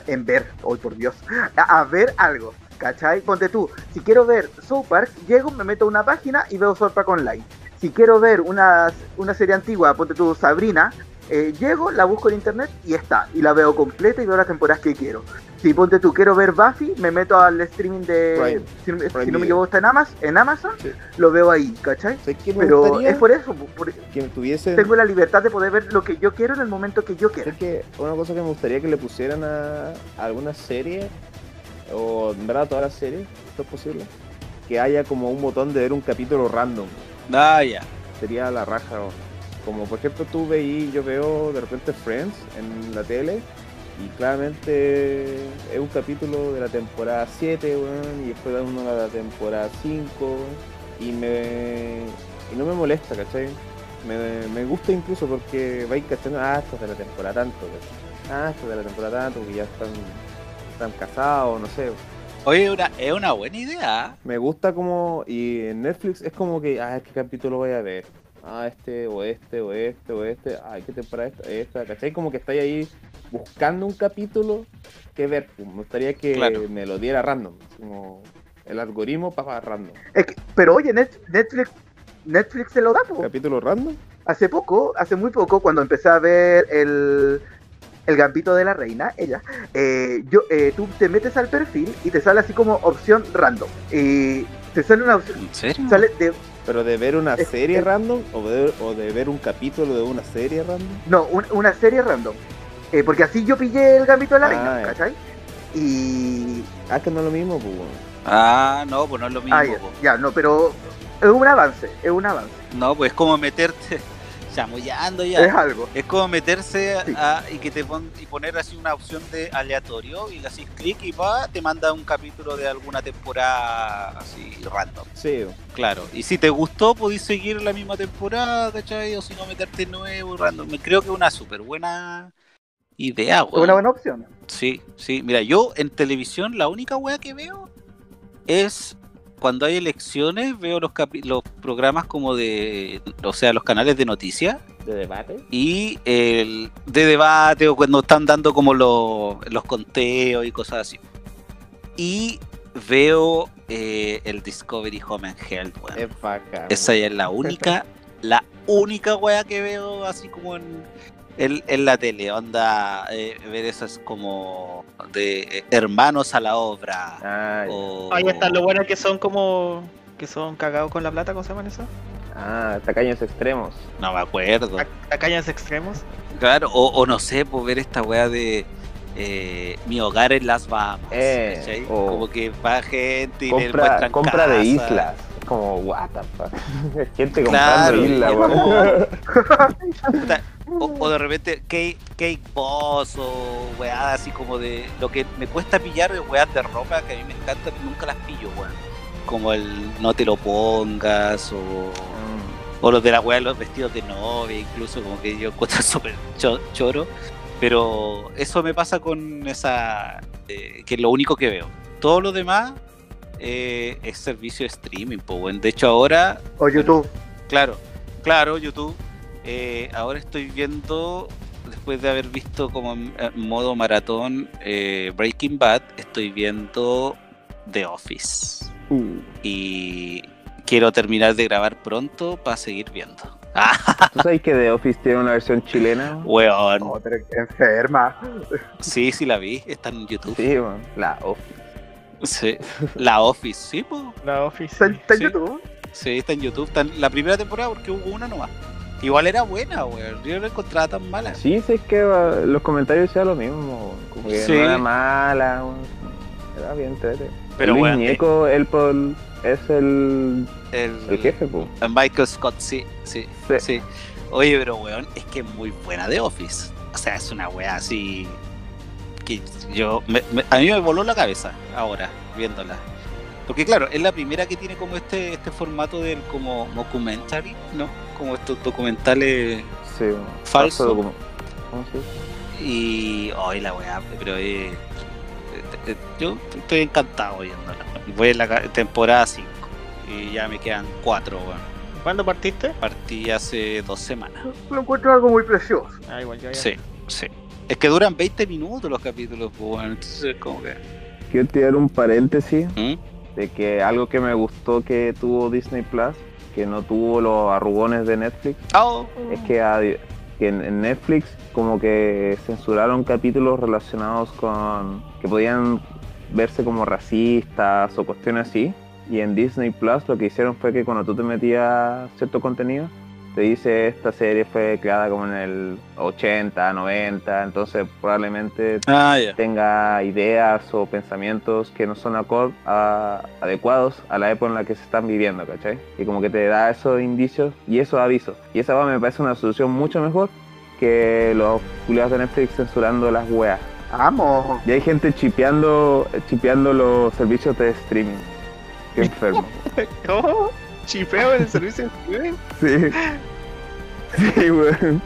oh por Dios, a ver algo, ¿cachai? Ponte tú, si quiero ver South Park, llego, me meto a una página y veo South Park Online. Si quiero ver una serie antigua, ponte tú Sabrina, llego, la busco en internet y está, y la veo completa y veo las temporadas que quiero. Si ponte tú, quiero ver Buffy, me meto al streaming de... Prime si no me Video. equivoco, está en Amazon, Sí. lo veo ahí, ¿cachai? ¿Sabes qué me Pero gustaría? es por eso, Que tuviesen... tengo la libertad de poder ver lo que yo quiero en el momento que yo quiera. Sé que una cosa que me gustaría que le pusieran a alguna serie, o en verdad a todas las series, esto es posible, que haya como un botón de ver un capítulo random. Ah, ya. Sería la raja, ¿no? Como por ejemplo yo veo de repente Friends en la tele y claramente es un capítulo de la temporada 7, weón, y después da uno de la temporada 5 y no me molesta, ¿cachai? Me gusta incluso porque vais cachando, esto es de la temporada tanto, ¿cachai? Esto es de la temporada tanto, que ya están casados, no sé. Oye, es una buena idea. Me gusta como, y en Netflix es como que, ¿qué capítulo voy a ver? Este, o este, ¿qué temporada esta? ¿Cachai? Como que estáis ahí buscando un capítulo que ver. Me gustaría que me lo diera random, como el algoritmo para random. Pero oye, Netflix se lo da, po. ¿Capítulo random? Hace muy poco, cuando empecé a ver el Gambito de la Reina, tú te metes al perfil y te sale así como opción random. Y te sale una opción. ¿En serio? ¿Pero de ver una serie random o de ver un capítulo de una serie random? No, una serie random. Porque así yo pillé el Gambito de la Ah, Reina, ya. ¿cachai? Y... Ah, que no es lo mismo, pues. Weón. Ah, no, pues no es lo mismo. Ah, ya, Po. ya, no, pero es un avance, es un avance. No, pues es como meterte, chamullando Es ya. algo. Es como meterse Sí. y que y poner así una opción de aleatorio y le haces clic y te manda un capítulo de alguna temporada así random. Sí, Claro, y si te gustó, podéis seguir la misma temporada, ¿cachai? O si no, meterte nuevo y random. Creo que es una súper buena idea, Es una weón. buena opción. Sí, sí. Mira, yo en televisión la única weá que veo es cuando hay elecciones, veo los programas como de, o sea, los canales de noticias de debate. y el de debate o cuando están dando como los conteos y cosas así. Y veo el Discovery Home and Health, weón. Es bacán. Esa ya es la única wea que veo así como en la tele, onda, ver esas como de hermanos a la obra. Ah, ya. O, Ahí están lo bueno que son como. Que son cagados con la plata, ¿cómo se llaman eso? Tacaños extremos. no me acuerdo. Tacañas extremos. Claro, o no sé, por ver esta wea de Mi hogar en las Bahamas. ¿Cachai? O Como que va gente y le muestran compra de casa. islas. Es como, what the fuck. Gente Claro, comprando islas, y es weón. Puta, o de repente Cake Boss o weas así como de lo que me cuesta pillar de weas de ropa que a mí me encantan, nunca las pillo, weón. Como el no te lo pongas o los de la wea de los vestidos de novia, incluso como que yo encuentro súper choro. Pero eso me pasa con esa, que es lo único que veo. Todo lo demás es servicio de streaming, pues, weón. De hecho ahora... O YouTube. Claro, YouTube. Ahora estoy viendo, después de haber visto como en modo maratón Breaking Bad, estoy viendo The Office. Y quiero terminar de grabar pronto para seguir viendo. ¿Tú sabes que The Office tiene una versión chilena? Weón. No, pero qué enferma. Sí, la vi, está en YouTube. Sí, weón. La Office. Sí. La Office, sí, pues. La Office. ¿Está está en Sí. YouTube? Sí, está en YouTube. Está en la primera temporada porque hubo una nomás. Igual era buena, weón. Yo no la encontraba tan mala. Sí, sé que los comentarios decían lo mismo, weón. Como que Sí. no era mala, weón. Era bien entrete. Pero, Luis weón, Ñeco, él es el jefe, pues. Michael Scott, sí. Sí. Oye, pero weón, es que es muy buena The Office. O sea, es una weá así que a mí me voló la cabeza ahora viéndola. Porque claro, es la primera que tiene como este formato del como mockumentary, ¿no? Como estos documentales Sí, weón. falsos. ¿Cómo se dice? Y hoy la weá, pero yo estoy encantado viéndola. Voy en la temporada 5 y ya me quedan 4, weón. ¿Cuándo partiste? Partí hace 2 semanas. Lo encuentro algo muy precioso. Ah, igual yo ya. Sí. Es que duran 20 minutos los capítulos, pues bueno, entonces como que... Quiero tirar un paréntesis ¿Mm? de que algo que me gustó que tuvo Disney Plus, que no tuvo los arrugones de Netflix, Oh. es que en Netflix como que censuraron capítulos relacionados con que podían verse como racistas o cuestiones así, y en Disney Plus lo que hicieron fue que cuando tú te metías cierto contenido te dice esta serie fue creada como en el 80, 90, entonces probablemente Ah, ya. tenga ideas o pensamientos que no son adecuados a la época en la que se están viviendo, ¿cachai? Y como que te da esos indicios y esos avisos. Y esa me parece una solución mucho mejor que los culiados de Netflix censurando las weas. Vamos. Y hay gente chipeando los servicios de streaming. Qué enfermo. ¿Cómo? ¿Chipeo en el servicio de streaming? Sí. Sí, weón.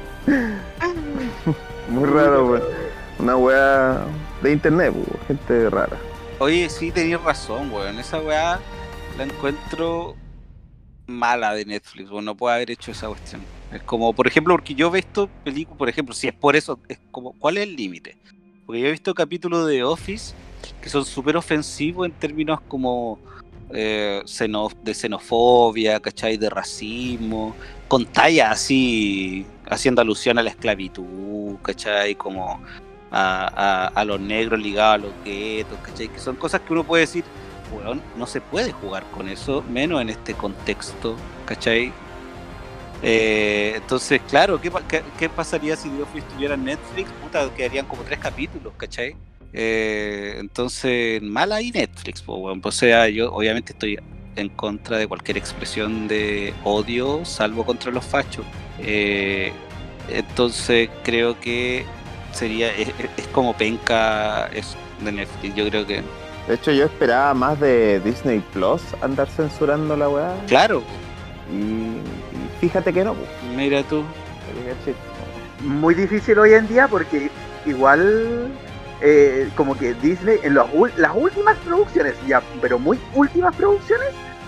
Muy raro, weón. Una wea de internet, weón. Gente rara. Oye, sí, tenías razón, weón. Esa weá la encuentro mala de Netflix, weón. No puede haber hecho esa cuestión. Es como, por ejemplo, porque yo he visto películas, por ejemplo, si es por eso, es como, ¿cuál es el límite? Porque yo he visto capítulos de Office que son súper ofensivos en términos como de xenofobia, ¿cachai? De racismo, con tallas así, haciendo alusión a la esclavitud, ¿cachai? Como a los negros ligados a los guetos, ¿cachai? Que son cosas que uno puede decir, weón, no se puede jugar con eso, menos en este contexto, ¿cachai? Entonces, claro, ¿qué pasaría si The Office estuviera en Netflix? Puta, quedarían como 3 capítulos, ¿cachai? Entonces, mal ahí Netflix, pues, bueno. O sea, yo obviamente estoy en contra de cualquier expresión de odio, salvo contra los fachos. Entonces, creo que es como penca eso de Netflix. Yo creo que, De hecho, yo esperaba más de Disney Plus andar censurando la weá. claro, Y fíjate que no, pues. mira tú. Muy difícil hoy en día porque igual como que Disney en las últimas producciones, ya, pero muy últimas producciones,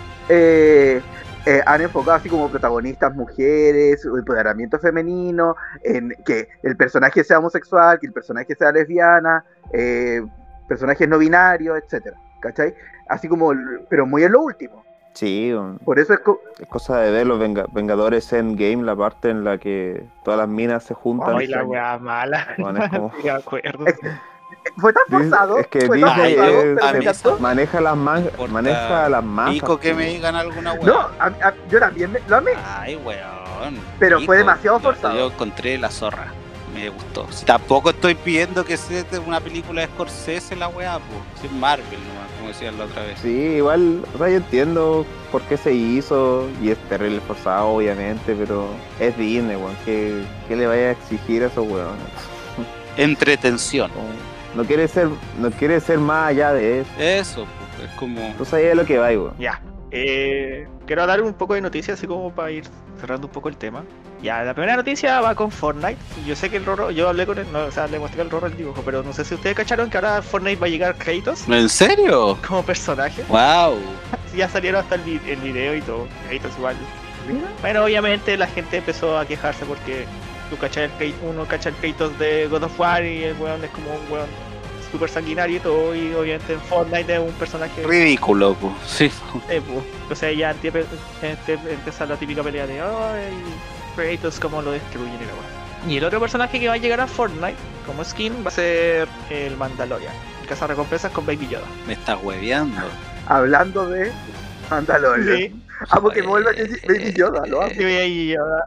han enfocado así como protagonistas mujeres, empoderamiento femenino, en que el personaje sea homosexual, que el personaje sea lesbiana, personajes no binarios, etcétera, ¿cachai? Así como, pero muy en lo último. Sí, Por eso es cosa de ver los Vengadores Endgame, la parte en la que todas las minas se juntan. Ay, la weá mala. Bueno, es como- Sí, me acuerdo. fue tan forzado. Es que fue tan Disney forzado, es- pero a me mí encantó. maneja las masas. Pico que pues. me digan alguna weá. No, yo también lo amé. Ay, weón. Pero Pico, fue demasiado yo forzado. encontré la zorra. Me gustó. Si tampoco estoy pidiendo que sea una película de Scorsese la weá, pues. Es Marvel nomás, como decían la otra vez. Sí, igual, o sea, yo entiendo por qué se hizo y es terrible forzado, obviamente, pero es Disney, weón. ¿Qué le vaya a exigir a esos weones? Entretención. No quiere ser más allá de eso. Eso, pues. Es como. Entonces ahí es lo que va, weón. Ya. Quiero dar un poco de noticias, así como para ir cerrando un poco el tema. Ya, la primera noticia va con Fortnite. Yo sé que el Rorro, yo hablé con él, no, o sea, le mostré al Rorro el dibujo, pero no sé si ustedes cacharon que ahora Fortnite va a llegar Kratos ¿En serio? como personaje. Wow. Ya salieron hasta el video y todo. Kratos igual. Bueno, obviamente la gente empezó a quejarse porque tú cachas uno cacha el Kratos de God of War y el weón es como un weón súper sanguinario y todo, y obviamente en Fortnite es un personaje Ridículo, pues. Sí. o sea, ya empieza la típica pelea de ay, Kratos como lo destruyen y la weá. Y el otro personaje que va a llegar a Fortnite como skin va a ser el Mandalorian, el cazarrecompensas con Baby Yoda. Me estás hueveando. Hablando de Mandalorian. Sí. Amo que vuelva Baby Yoda, lo amo. Sí, Baby Yoda.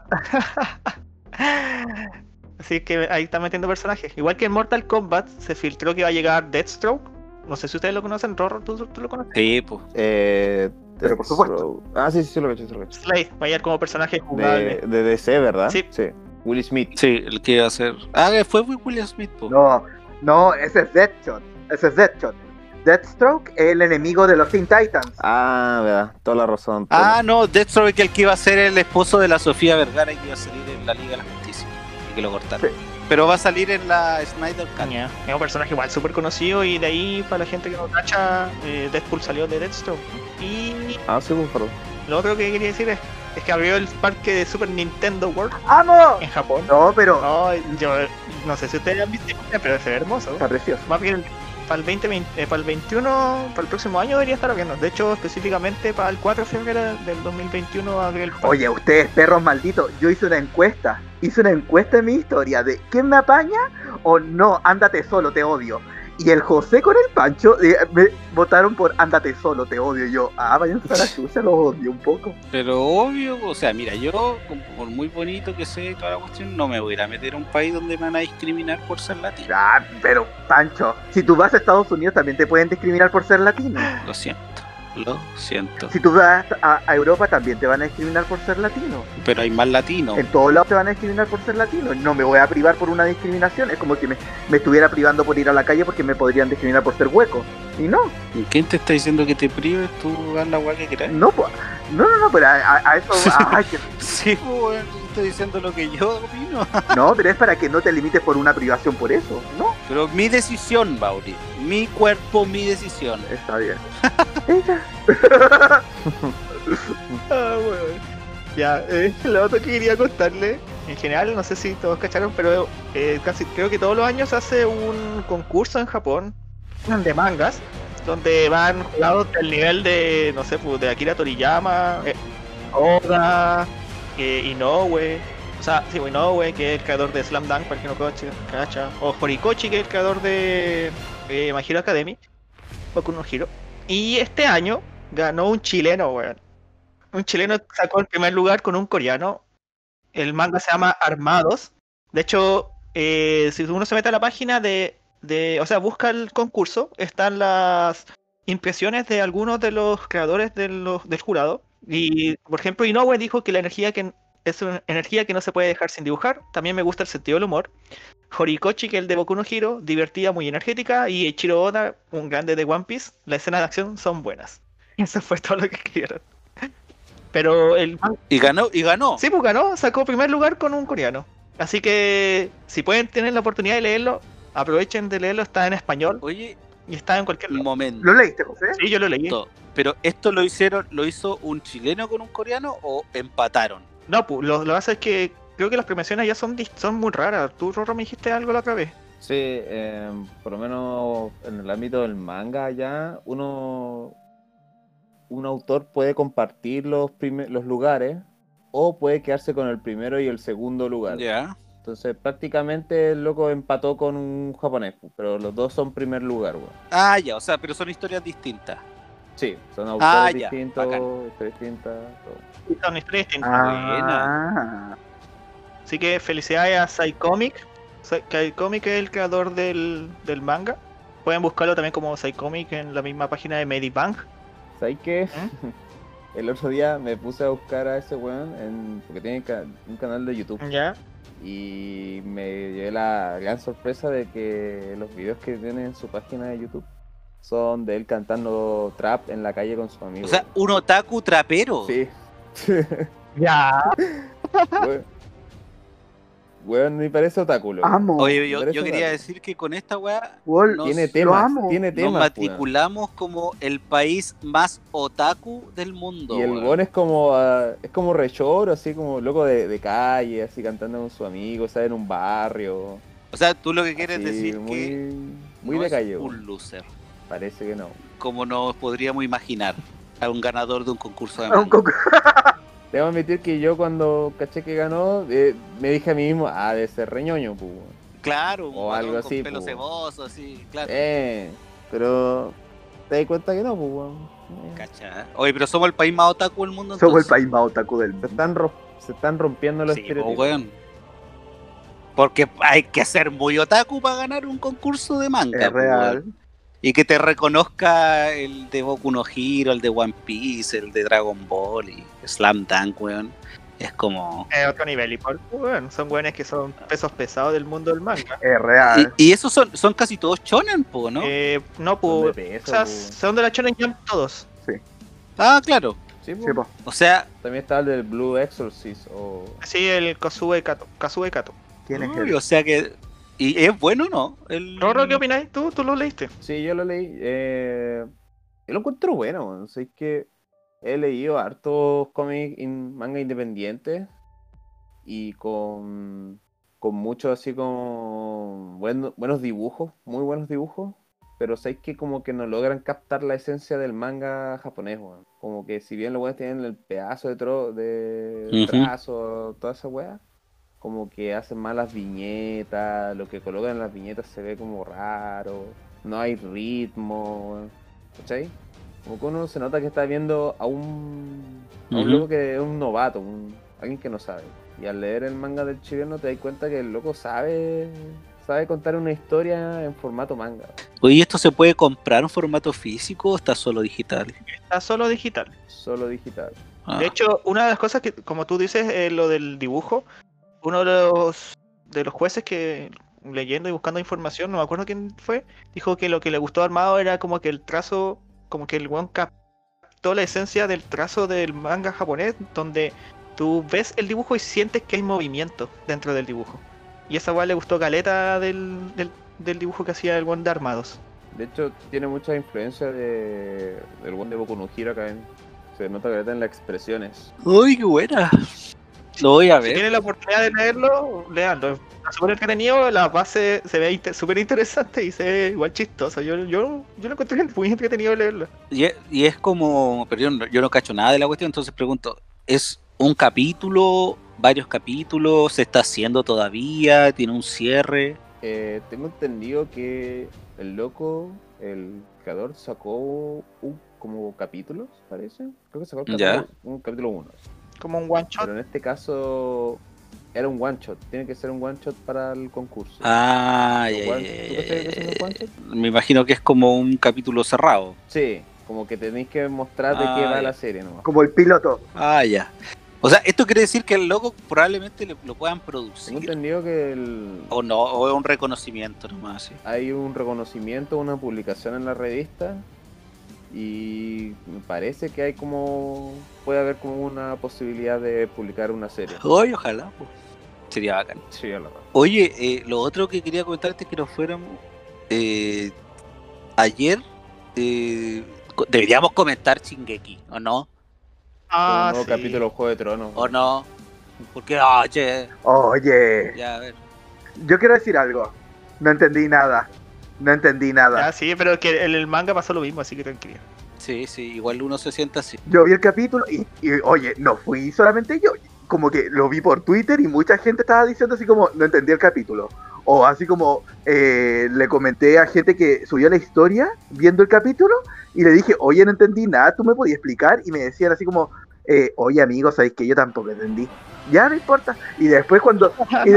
Así que ahí está metiendo personajes. Igual que en Mortal Kombat se filtró que va a llegar Deathstroke. No sé si ustedes lo conocen, Rorro, ¿tú lo conoces? Sí, pues. Pero por supuesto. Sí, lo caché. Slade va a llegar como personaje jugable. De DC, ¿verdad? Sí. Will Smith. Sí, el que iba a ser. Fue Will Smith, pues. No, ese es Deathshot. Deathstroke es el enemigo de los Teen Titans. Ah, verdad, toda la razón. No, Deathstroke es el que iba a ser el esposo de la Sofía Vergara y que iba a salir en la Liga de la Justicia. Y que lo cortaron. Sí. Pero va a salir en la Snyder Cut. Ya, es un personaje igual súper conocido y de ahí para la gente que no cacha, Deadpool salió de Deathstroke. Y Sí, perdón. lo otro que quería decir es que abrió el parque de Super Nintendo World ¡Amo! en Japón. No, pero Yo no sé si ustedes han visto, pero se ve hermoso. está precioso. Más bien para el 2020, para el 21, para el próximo año debería estar abriendo. De hecho, específicamente para el 4 de febrero del 2021 abrió el parque. Oye, ustedes, perros malditos, yo hice una encuesta en mi historia de ¿quién me apaña o no? Ándate solo, te odio. Y el José con el Pancho me votaron por ándate solo, te odio. Y yo, váyanse a la chucha, los odio un poco. Pero obvio, o sea, mira, yo, por muy bonito que sea y toda la cuestión, no me voy a ir a meter a un país donde me van a discriminar por ser latino. Pero Pancho, si tú vas a Estados Unidos también te pueden discriminar por ser latino. Lo siento. Si tú vas a Europa también te van a discriminar por ser latino. Pero hay más latinos. En todos lados te van a discriminar por ser latino. No me voy a privar por una discriminación. Es como que me estuviera privando por ir a la calle porque me podrían discriminar por ser hueco. Y no. ¿Quién te está diciendo que te prives? Tú haz la weá que quieras. No, pues. No, pero a eso. Sí, pues, estoy diciendo lo que yo opino. No, pero es para que no te limites por una privación por eso, ¿no? Pero mi decisión, Bauri. Mi cuerpo, mi decisión. Está bien. Bueno. Ya, lo otro que quería contarle, en general, no sé si todos cacharon, pero casi creo que todos los años se hace un concurso en Japón de mangas, donde van jugados del nivel de, no sé, pues, de Akira Toriyama, Oda, Inoue, o sea, sí, Inoue, que es el creador de Slam Dunk, para el que no cacha, o Horikoshi, que es el creador de My Hero Academy, Boku no Hero. Y este año ganó un chileno, weón. Un chileno sacó el primer lugar con un coreano El manga se llama Armados. De hecho, si uno se mete a la página o sea, busca el concurso, están las impresiones de algunos de los creadores del jurado. Y, por ejemplo, Inoue dijo que la energía que es una energía que no se puede dejar sin dibujar. También me gusta el sentido del humor. Horikoshi, que es el de Boku no Hero, divertida, muy energética. Y Eiichiro Oda, un grande de One Piece, las escenas de acción son buenas. Eso fue todo lo que escribieron. Pero el Y ganó. sí, pues ganó, sacó primer lugar con un coreano. Así que si pueden tener la oportunidad de leerlo, aprovechen de leerlo, está en español Oye, y está en cualquier un lado. momento. ¿Lo leíste, José? Sí, yo lo leí. Pero esto lo hizo un chileno con un coreano o empataron. No, pues lo que pasa es que creo que las premiaciones ya son muy raras. Tú, Rorro, me dijiste algo la otra vez. Sí, por lo menos en el ámbito del manga ya, un autor puede compartir los lugares o puede quedarse con el primero y el segundo lugar. Ya. Entonces prácticamente el loco empató con un japonés, pero los dos son primer lugar, weón. Ah, ya, o sea, pero son historias distintas. Sí, son autores ya, distintos, bacán. historias distintas, todo. Sí, son historias distintas. Ah, Así que felicidades a Psycomic. Psycomic es el creador del manga. Pueden buscarlo también como Psycomic en la misma página de Medibank. ¿Sabes qué? El otro día me puse a buscar a ese weón porque tiene un canal de YouTube. Ya. Y me llevé la gran sorpresa de que los videos que tiene en su página de YouTube son de él cantando trap en la calle con sus amigos. O sea, un otaku trapero. Sí. Ya. Weón, ni parece otaku, loco. amo. Oye, yo Parece quería otaku. decir que con esta weá Wol, nos, Tiene lo temas, amo. tiene nos temas, weón. matriculamos como el país más otaku del mundo. Y el weón. weón es como rechoro, así como loco de calle, así cantando con sus amigos, ¿sabes? En un barrio. O sea, tú lo que quieres Así, decir muy, que muy no de es calle, weón. un loser, Parece que no. como nos podríamos imaginar a un ganador de un concurso de A un manga. Debo admitir que yo cuando caché que ganó, me dije a mí mismo, debe ser reñoño, pues. Claro, un O guatón algo con así, pelo po. ceboso, así, claro. Pero te das cuenta que no, pues, weón. Cacha. Oye, pero somos el país más otaku del mundo. Somos el entonces. país más otaku del Se mundo. están rompiendo los Sí, po, estereotipos. weón. Porque hay que ser muy otaku para ganar un concurso de manga. Es po, real. weón. Y que te reconozca el de Boku no Hero, el de One Piece, el de Dragon Ball y Slam Dunk, weón. Es como... Otro nivel. Y bueno, son buenos que son pesos pesados del mundo del manga. Es real. Y esos son casi todos shonen, po, ¿no? No, Son pues. de O peso, sea, po. son de la Shonen Jump todos. Ah, claro. Sí, po. Sí, po. O sea, También está el del Blue Exorcist o... Sí, el Kazue Kato. ¿Quién es uy, él? o sea que... ¿Y es bueno no? Rorro, ¿qué opináis? ¿Tú lo leíste? Sí, yo lo leí. Yo lo encuentro bueno, weón. Sé que he leído hartos cómics, manga independientes y con muchos así como buenos dibujos, muy buenos dibujos, pero sé que como que no logran captar la esencia del manga japonés, weón. Como que si bien los weones tienen el pedazo de Ujú. trazo, toda esa weá, como que hacen malas viñetas, lo que colocan en las viñetas se ve como raro, no hay ritmo, weón. ¿Cachai? Como que uno se nota que está viendo a un Ujú. loco que es un novato, alguien que no sabe. Y al leer el manga del chileno te das cuenta que el loco sabe contar una historia en formato manga. Oye, ¿esto se puede comprar en formato físico o está solo digital? Está solo digital. Solo digital. Ah, De hecho, una de las cosas que, como tú dices, lo del dibujo, uno de los jueces que leyendo y buscando información, no me acuerdo quién fue, dijo que lo que le gustó a Armado era como que el trazo, como que el one captó la esencia del trazo del manga japonés, donde tú ves el dibujo y sientes que hay movimiento dentro del dibujo. Y esa weá le gustó caleta del dibujo que hacía el one de Armados. De hecho, tiene mucha influencia del one de Boku no Hero acá se nota que en las expresiones. uy, qué buena. Lo voy a Si ver. tienen la oportunidad de leerlo, leanlo. Está súper entretenido, la base se ve súper interesante y se ve igual chistoso. Yo lo encontré muy entretenido leerlo. Y es como, pero yo no cacho nada de la cuestión, entonces pregunto, ¿es un capítulo, varios capítulos, se está haciendo todavía, tiene un cierre? Tengo entendido que el loco, el creador, sacó como capítulos, parece. Creo que sacó Ya. un capítulo 1. Como un one shot. Pero en este caso era un one shot, tiene que ser un one shot para el concurso. Ah, Los ya, one- ya, ¿Tú ya, cachai que son los ya, one ya. shot? Me imagino que es como un capítulo cerrado. Sí, como que tenéis que mostrar de qué Ah, va ya. la serie nomás. Como el piloto. Ah, ya. O sea, esto quiere decir que el logo probablemente lo puedan Tengo producir. entendido que O no, o es un reconocimiento nomás. ¿Sí? hay un reconocimiento, una publicación en la revista y me parece que puede haber como una posibilidad de publicar una serie. Oye, ojalá, pues. Sería bacán. Sí, a la verdad. Oye, lo otro que quería comentarte es que nos fuéramos ayer. Deberíamos comentar Shingeki, ¿o no? Ah, un nuevo sí. capítulo de Juego de Tronos. ¿O no? Porque, che, Oye, ya, a ver. yo quiero decir algo. No entendí nada. No entendí nada. Ya, sí, pero que en el manga pasó lo mismo, así que tranquilo. Sí, igual uno se sienta así. Yo vi el capítulo oye, no fui solamente yo. Como que lo vi por Twitter y mucha gente estaba diciendo así como, no entendí el capítulo. O así como, le comenté a gente que subió la historia viendo el capítulo y le dije, oye, no entendí nada, ¿tú me podías explicar? Y me decían así como, oye, amigo, sabéis que yo tampoco entendí. Ya no importa. Y después cuando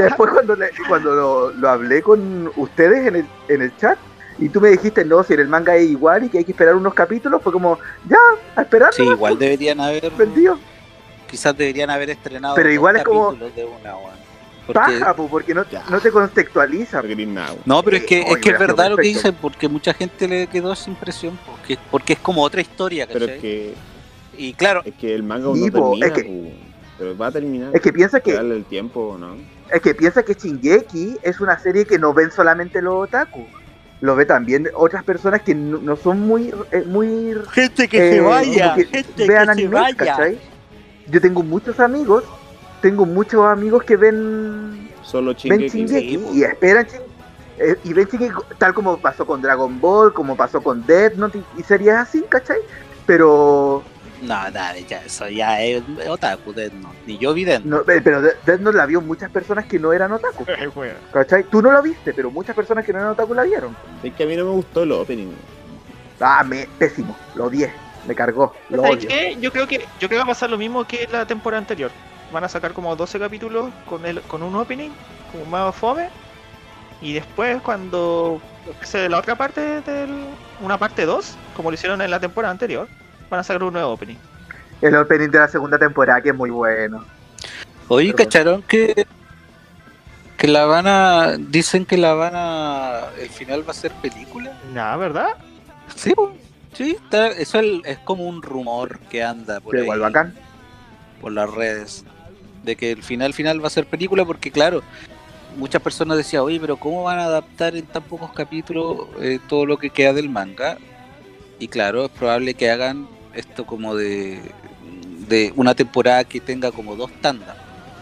lo hablé con ustedes en el chat, y tú me dijiste, no, si en el manga es igual y que hay que esperar unos capítulos, fue como, ya, a esperar. Sí, igual deberían haber. Vendido. Quizás deberían haber estrenado. Pero igual dos es como- capítulos de una, weón. Paja, porque no te contextualiza. No querís nada, weón. No, pero es que Oye, es hubiera verdad sido lo que perfecto. dicen, porque mucha gente le quedó esa impresión, porque es como otra historia, Pero ¿cachai? Y claro, es que el manga Sí, no po, termina, es que- po, pero va a terminar. Es que piensa Hay que que darle el tiempo, ¿no? Shingeki es una serie que no ven solamente los otaku. Lo ve también otras personas que no son muy gente que se vaya, como que gente vean que se anime, vaya. ¿cachai? Yo tengo muchos amigos que ven Solo ven Shingeki. Shingeki po. y esperan y ven Shingeki tal como pasó con Dragon Ball, como pasó con Death Note y series así, ¿cachai? Pero Nada, ya, eso ya es otaku, Death Note. Ni yo vi Death Note. no, pero Death Note la vio muchas personas que no eran otaku, ¿cachai? Tú no la viste, pero muchas personas que no eran otaku la vieron. Es que a mí no me gustó el opening. Pésimo, lo odié, me cargó, lo ¿Sabes odio. qué? Yo creo que va a pasar lo mismo que la temporada anterior. Van a sacar como 12 capítulos con un opening, como más fome. Y después cuando se la otra parte una parte 2, como lo hicieron en la temporada anterior, van a sacar un nuevo opening. El opening de la segunda temporada que es muy bueno. Oye, Perdón. ¿cacharon que dicen que el final va a ser película? Nada, ¿verdad? Sí, po. Sí, eso es como un rumor que anda por Pero ahí, igual bacán. por las redes, de que el final va a ser película, porque claro, muchas personas decían, oye, pero ¿cómo van a adaptar en tan pocos capítulos todo lo que queda del manga? Y claro, es probable que hagan esto como de una temporada que tenga como 2 tandas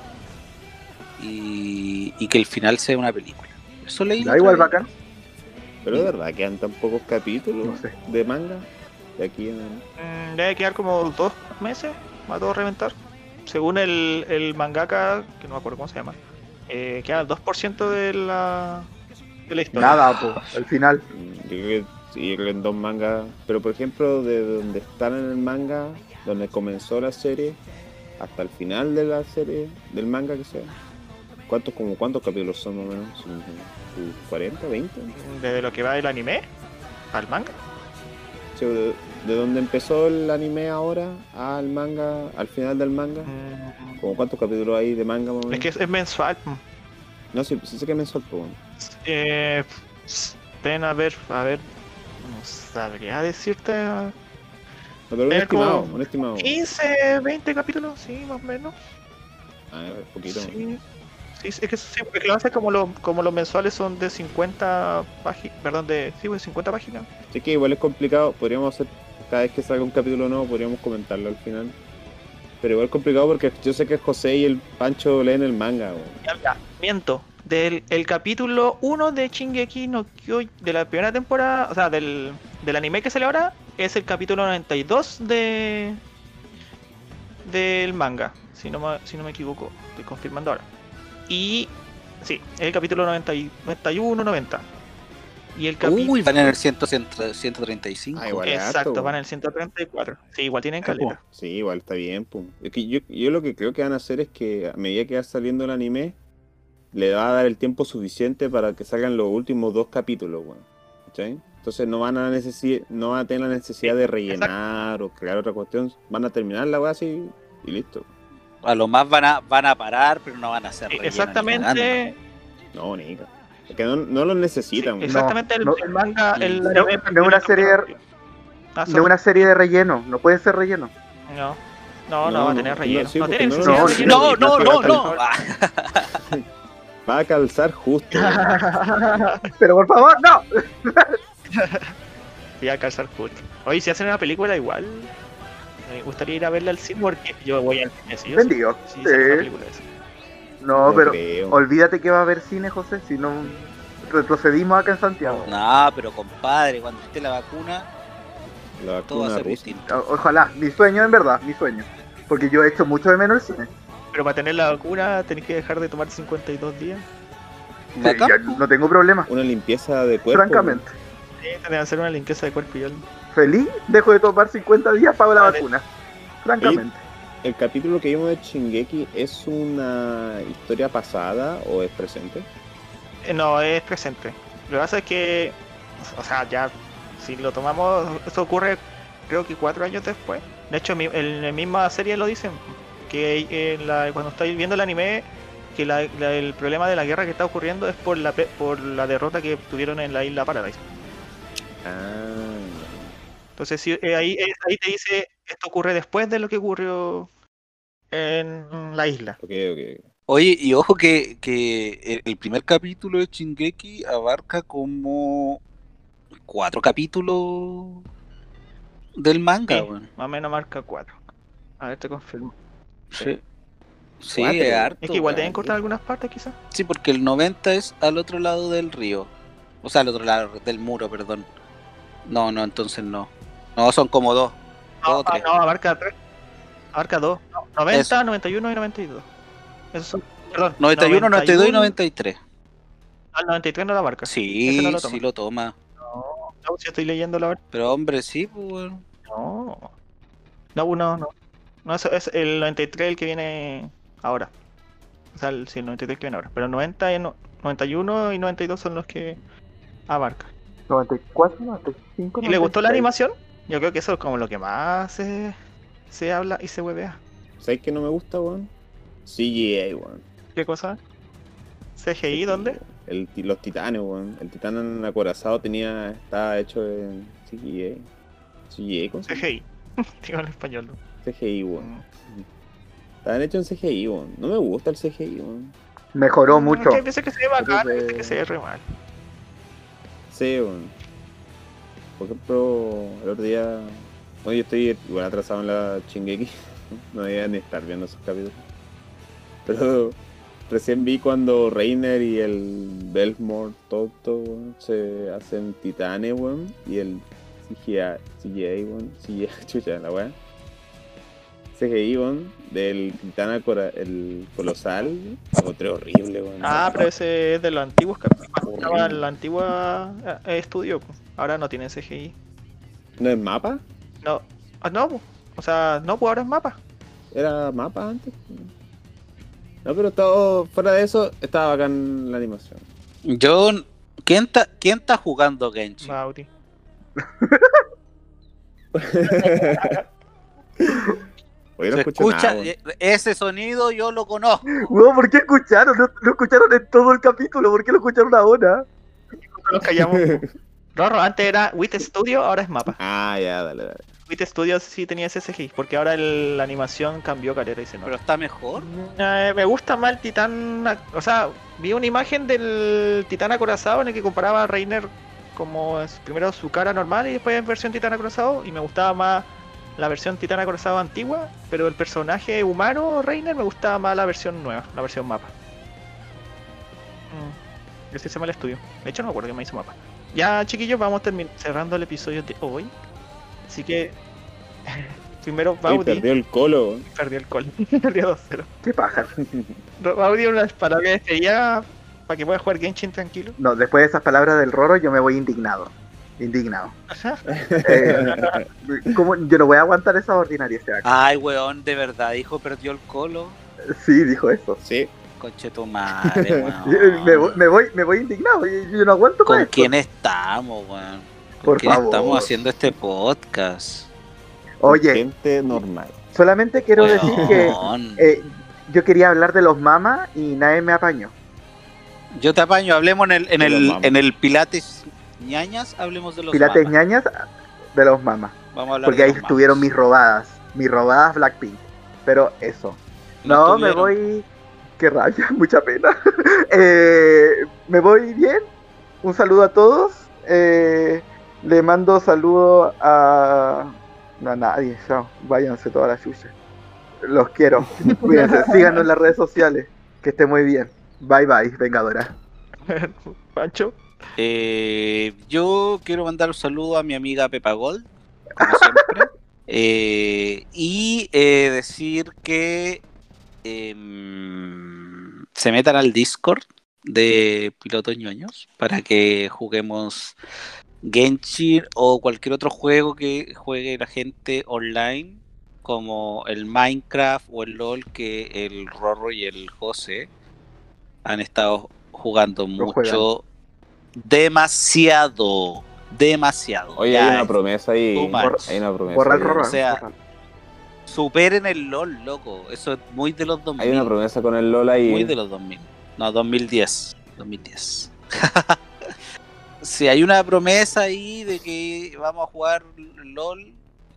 y que el final sea una película. Eso leí. Da la igual otra vez. bacán. Pero de verdad quedan tan pocos capítulos No sé. de manga de aquí en Debe quedar como 2 meses, va a todo reventar. Según el mangaka, que no me acuerdo cómo se llama, queda el 2% de la historia. Nada, po, al final. Yo creo que sí, yo creo que en 2 mangas. Pero por ejemplo, de donde están en el manga, donde comenzó la serie, hasta el final de la serie, del manga que sea. ¿Cuántos capítulos son más o menos? ¿Son 40, 20? Desde lo que va del anime al manga. Sí, de donde empezó el anime ahora al manga, al final del manga. ¿Como cuántos capítulos hay de manga más o menos? Es que es mensual. No, sí sé que es mensual, pero bueno. Ven a ver, no sabría decirte. No, pero Es como un estimado. 15, 20 capítulos, sí, más o menos. A ver, poquito. Sí, es que sí, porque lo hace como los mensuales son de 50 páginas, perdón, de 50 páginas. Sí que igual es complicado, podríamos hacer, cada vez que salga un capítulo nuevo, podríamos comentarlo al final. Pero igual es complicado porque yo sé que José y el Pancho leen el manga, weón. Ya, miento. El capítulo 1 de Shingeki no Kyojin de la primera temporada, o sea, del anime que sale ahora, es el capítulo 92 del manga, si no me equivoco, estoy confirmando ahora. Y sí, es el capítulo 90 91, 90. Y el capítulo... Uy, van en el 135. Ah, igual. Exacto, harto, van en el 134. Sí, igual tienen caleta. Sí, igual está bien, pum. Es que yo lo que creo que van a hacer es que a medida que va saliendo el anime, le va a dar el tiempo suficiente para que salgan los últimos 2 capítulos, weón. ¿Cachai? Entonces no van a tener la necesidad de rellenar o crear otra cuestión. Van a terminar la weá así y listo. A lo más van a parar, pero no van a hacer relleno ni Exactamente. cagando. No, nica. Es que no lo necesitan, weón. Exactamente No, el manga, el no, anime no es una serie de- Ah, No es una serie de relleno, no puede ser relleno. No va a tener relleno. sí, No porque tiene no necesidad lo- de relleno. No. Va a calzar justo, weón. Pero por favor, no. Voy a calzar justo. Oye, si hacen una película igual, me gustaría ir a verla al cine porque yo voy al cine, sí, yo sí. Vendido. Sí, hacen una Sí. película de eso. No, pero creo. olvídate que va a haber cine, José, si no retrocedimos acá en Santiago. No, pero compadre, cuando esté la vacuna, La todo va a vacuna ser rusa. distinto. Ojalá, mi sueño en verdad, mi sueño. Porque yo he hecho mucho de menos el cine. Pero para tener la vacuna tenés que dejar de tomar 52 días. Sí, Bacán, ya po. no tengo problema, Una limpieza de cuerpo. francamente. Sí, tenés que hacer una limpieza de cuerpo y alma. Feliz, dejo de tomar 50 días, pago la Vale. vacuna. Francamente. weón. El capítulo que vimos de Shingeki, ¿es una historia pasada o es presente? No, es presente. Lo que pasa es que, o sea, ya, si lo tomamos, eso ocurre creo que 4 años después. De hecho, en la misma serie lo dicen, que cuando estáis viendo el anime, que el problema de la guerra que está ocurriendo es por la derrota que tuvieron en la isla Paradise. Ah, Entonces, sí, ahí te dice, esto ocurre después de lo que ocurrió en la isla. ok. Oye, y ojo que el primer capítulo de Shingeki abarca como 4 capítulos del manga, Sí, weón. más o menos marca 4. A ver, te confirmo. Sí. Sí, 4, es weón. harto. Es que igual weón. deben cortar algunas partes quizás. Sí, porque el 90 es al otro lado del río. O sea, al otro lado del muro, perdón. No, entonces no. No, son como 2. No, 3. no, abarca 3. Abarca 2. 90, Eso. 91 y 92. Esos son, perdón, 91, 92 y 93. Al 93 no lo abarca. Ese Sí, no lo toma. sí lo toma. No, si estoy leyendo la verdad. Pero hombre, sí, pues, weón. No. No. No, eso es el 93 el que viene ahora. O sea, sí, el 93 que viene ahora. Pero el 90 y 91 y 92 son los que abarca. 94, 95. ¿Y le gustó la 96. animación? Yo creo que eso es como lo que más se habla y se huevea. ¿Sabes qué no me gusta, weón? CGI, weón. ¿Qué cosa? ¿CGI dónde? Los titanes, weón. El titán acorazado estaba hecho en CGI. CGI, ¿cómo se llama? CGI. Digo en español, ¿no? CGI, weón. Estaban hechos en CGI, weón. No me gusta el CGI, weón. Mejoró mucho. Es que hay veces que se ve bacán, hay Entonces, veces que se ve re mal. Sí, weón. Por ejemplo, el otro día... Bueno, yo estoy igual atrasado en la Shingeki. No debía ni estar viendo esos capítulos. Pero recién vi cuando Reiner y el Belmont Toto, weón, se hacen titanes, weón. Y el CGI, weón. CGI, chucha, la weá. CGI, weón, del titán el colosal. Lo encontré horrible, weón. Ah, pero ese es de los antiguos capítulos. Horrible. Estaba en la antigua estudio. Po. Ahora no tienen CGI. ¿No es mapa? No. Ah, no, po. O sea, no, pues ahora es mapa. ¿Era mapa antes? No, pero todo fuera de eso, estaba bacán la animación. Yo. ¿Quién está jugando Genshin? Bauti. Oye, no Se escucho escucha nada, weón. ese sonido, yo lo conozco. Weón, ¿por qué escucharon? Lo escucharon en todo el capítulo. ¿Por qué lo escucharon ahora? Nos callamos. Rorro, antes era Wit Studio, ahora es mapa. Ah, ya, dale. Wit Studio sí tenía ese CGI, porque ahora la animación cambió caleta y se Pero nota. está mejor. Me gusta más el titán. O sea, vi una imagen del titán acorazado en el que comparaba a Reiner como primero su cara normal y después en versión titán acorazado. Y me gustaba más la versión titán acorazado antigua, pero el personaje humano Reiner me gustaba más la versión nueva, la versión mapa. Ese se llama el estudio. De hecho, no me acuerdo que me hizo mapa. Ya, chiquillos, vamos cerrando el episodio de hoy. Así que primero Oye, Baudi perdió el colo, weón. perdió el call. Perdió 2-0. Qué paja. Baudi unas palabras de despedida para que pueda jugar Genshin tranquilo. No, después de esas palabras del Roro yo me voy indignado. Indignado. ¿Cómo? Yo no voy a aguantar esa ordinaria acá. Ay, weón, de verdad, hijo, perdió el colo. Sí, dijo eso. Sí. Conche tu madre, weón. Me voy indignado. Yo no aguanto ¿Con más esto. quién estamos, weón? ¿Con Por quién favor. estamos haciendo este podcast? Oye, Gente normal. solamente quiero decir que Weón. yo quería hablar de los mamas y nadie me apañó. Yo te apaño, hablemos De los mamas. en el Pilates ñañas, hablemos de los Pilates mamas. ñañas de los mamas. Vamos a hablar Porque de ahí los estuvieron mis mamas. robadas Blackpink. Pero eso. No No, me estuvieron. voy. Qué rabia, mucha pena. Me voy bien. Un saludo a todos. Le mando saludo a. No a nadie, chao. Váyanse toda la chucha. Los quiero. Cuídense, síganos en las redes sociales. Que esté muy bien. Bye bye, Vengadora. Pancho. Yo quiero mandar un saludo a mi amiga Pepa Gold, como siempre. Y decir que se metan al Discord de Pilotos Ñoños para que juguemos Genshin o cualquier otro juego que juegue la gente online, como el Minecraft o el LOL, que el Rorro y el José han estado jugando mucho. Demasiado. Oye, Ya hay una es promesa ahí. too much. Hay una promesa. Borra el ahí. Rorro. O sea, borra. superen el LOL, loco. Eso es muy de los 2000. Hay una promesa con el LOL ahí. Muy de los 2000. No, 2010. 2010. Sí, hay una promesa ahí de que vamos a jugar LOL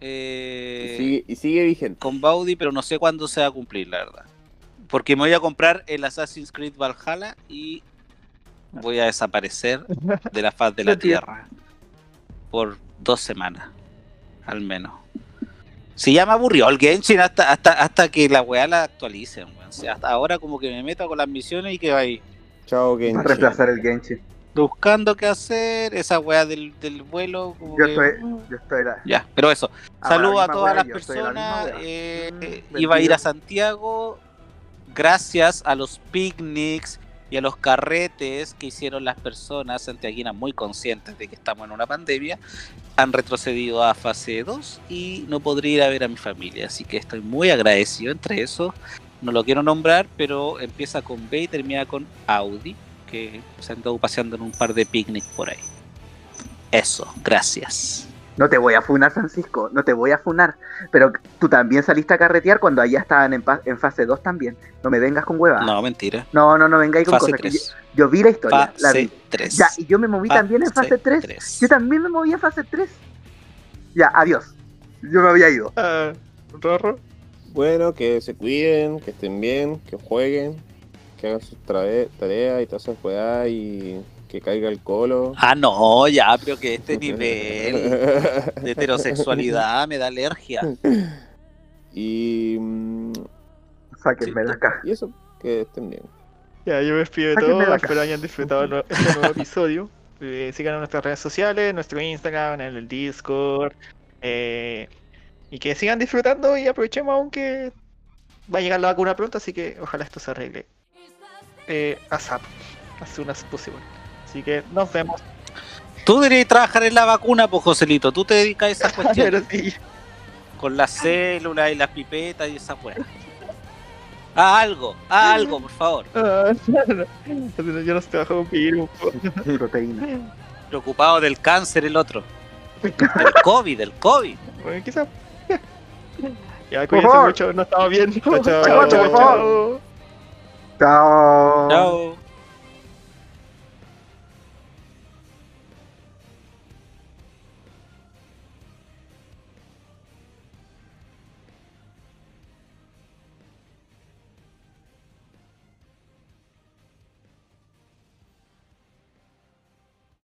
Y sigue vigente. con Baudi, pero no sé cuándo se va a cumplir, la verdad. Porque me voy a comprar el Assassin's Creed Valhalla y voy a desaparecer de la faz de la tierra por 2 semanas, al menos. Si ya me aburrió el Genshin hasta que la weá la actualicen, weón. O sea, hasta ahora como que me meto con las misiones y que va ahí Chao, Va a Genshin. reemplazar el Genshin. buscando qué hacer, esa weá del vuelo. Como Yo que, estoy la. Ya, pero eso. Ah, Saludos la a misma todas weá, las yo estoy en la misma personas. weá. Iba a ir Vendido. a Santiago gracias a los picnics y a los carretes que hicieron las personas santiaguinas muy conscientes de que estamos en una pandemia. Han retrocedido a fase 2 y no podré ir a ver a mi familia. Así que estoy muy agradecido entre eso. No lo quiero nombrar, pero empieza con B y termina con Audi, que se han estado paseando en un par de picnics por ahí. Eso, gracias. No te voy a funar, Francisco, no te voy a funar. Pero tú también saliste a carretear cuando allá estaban en fase 2 también. No me vengas con huevas. No, mentira. No vengáis con Fase cosas. Que 3. yo vi la historia, la vi. Fase 3. Ya, y yo me moví también en fase 3. Yo también me moví en fase 3. Ya, adiós. Yo me había ido. Rorro. Bueno, que se cuiden, que estén bien, que jueguen, que hagan sus tareas y todas esas weas y que caiga el colo. Ah, no, ya, pero que este nivel de heterosexualidad me da alergia. Y, Sáquenme de acá. y eso, que estén bien. Ya, yo me despido de Sáquenme de todo. acá. Espero hayan disfrutado este nuevo episodio. Sigan en nuestras redes sociales, nuestro Instagram, en el Discord. Y que sigan disfrutando y aprovechemos aunque va a llegar la vacuna pronto, así que ojalá esto se arregle. ASAP, as soon as possible. Así que nos vemos. Tú deberías trabajar en la vacuna, pues, Joselito. Tú te dedicas a esas Pero cuestiones. sí, Con las células y las pipetas y esa weá. Algo, por favor. yo no trabajo con virus. Proteína. Preocupado del cáncer el otro. Del COVID. Bueno, quizás. Ya, Por cuídense favor. mucho, nos estamos viendo. Chao, chao. Chao, chao, chao. Chao. Chao.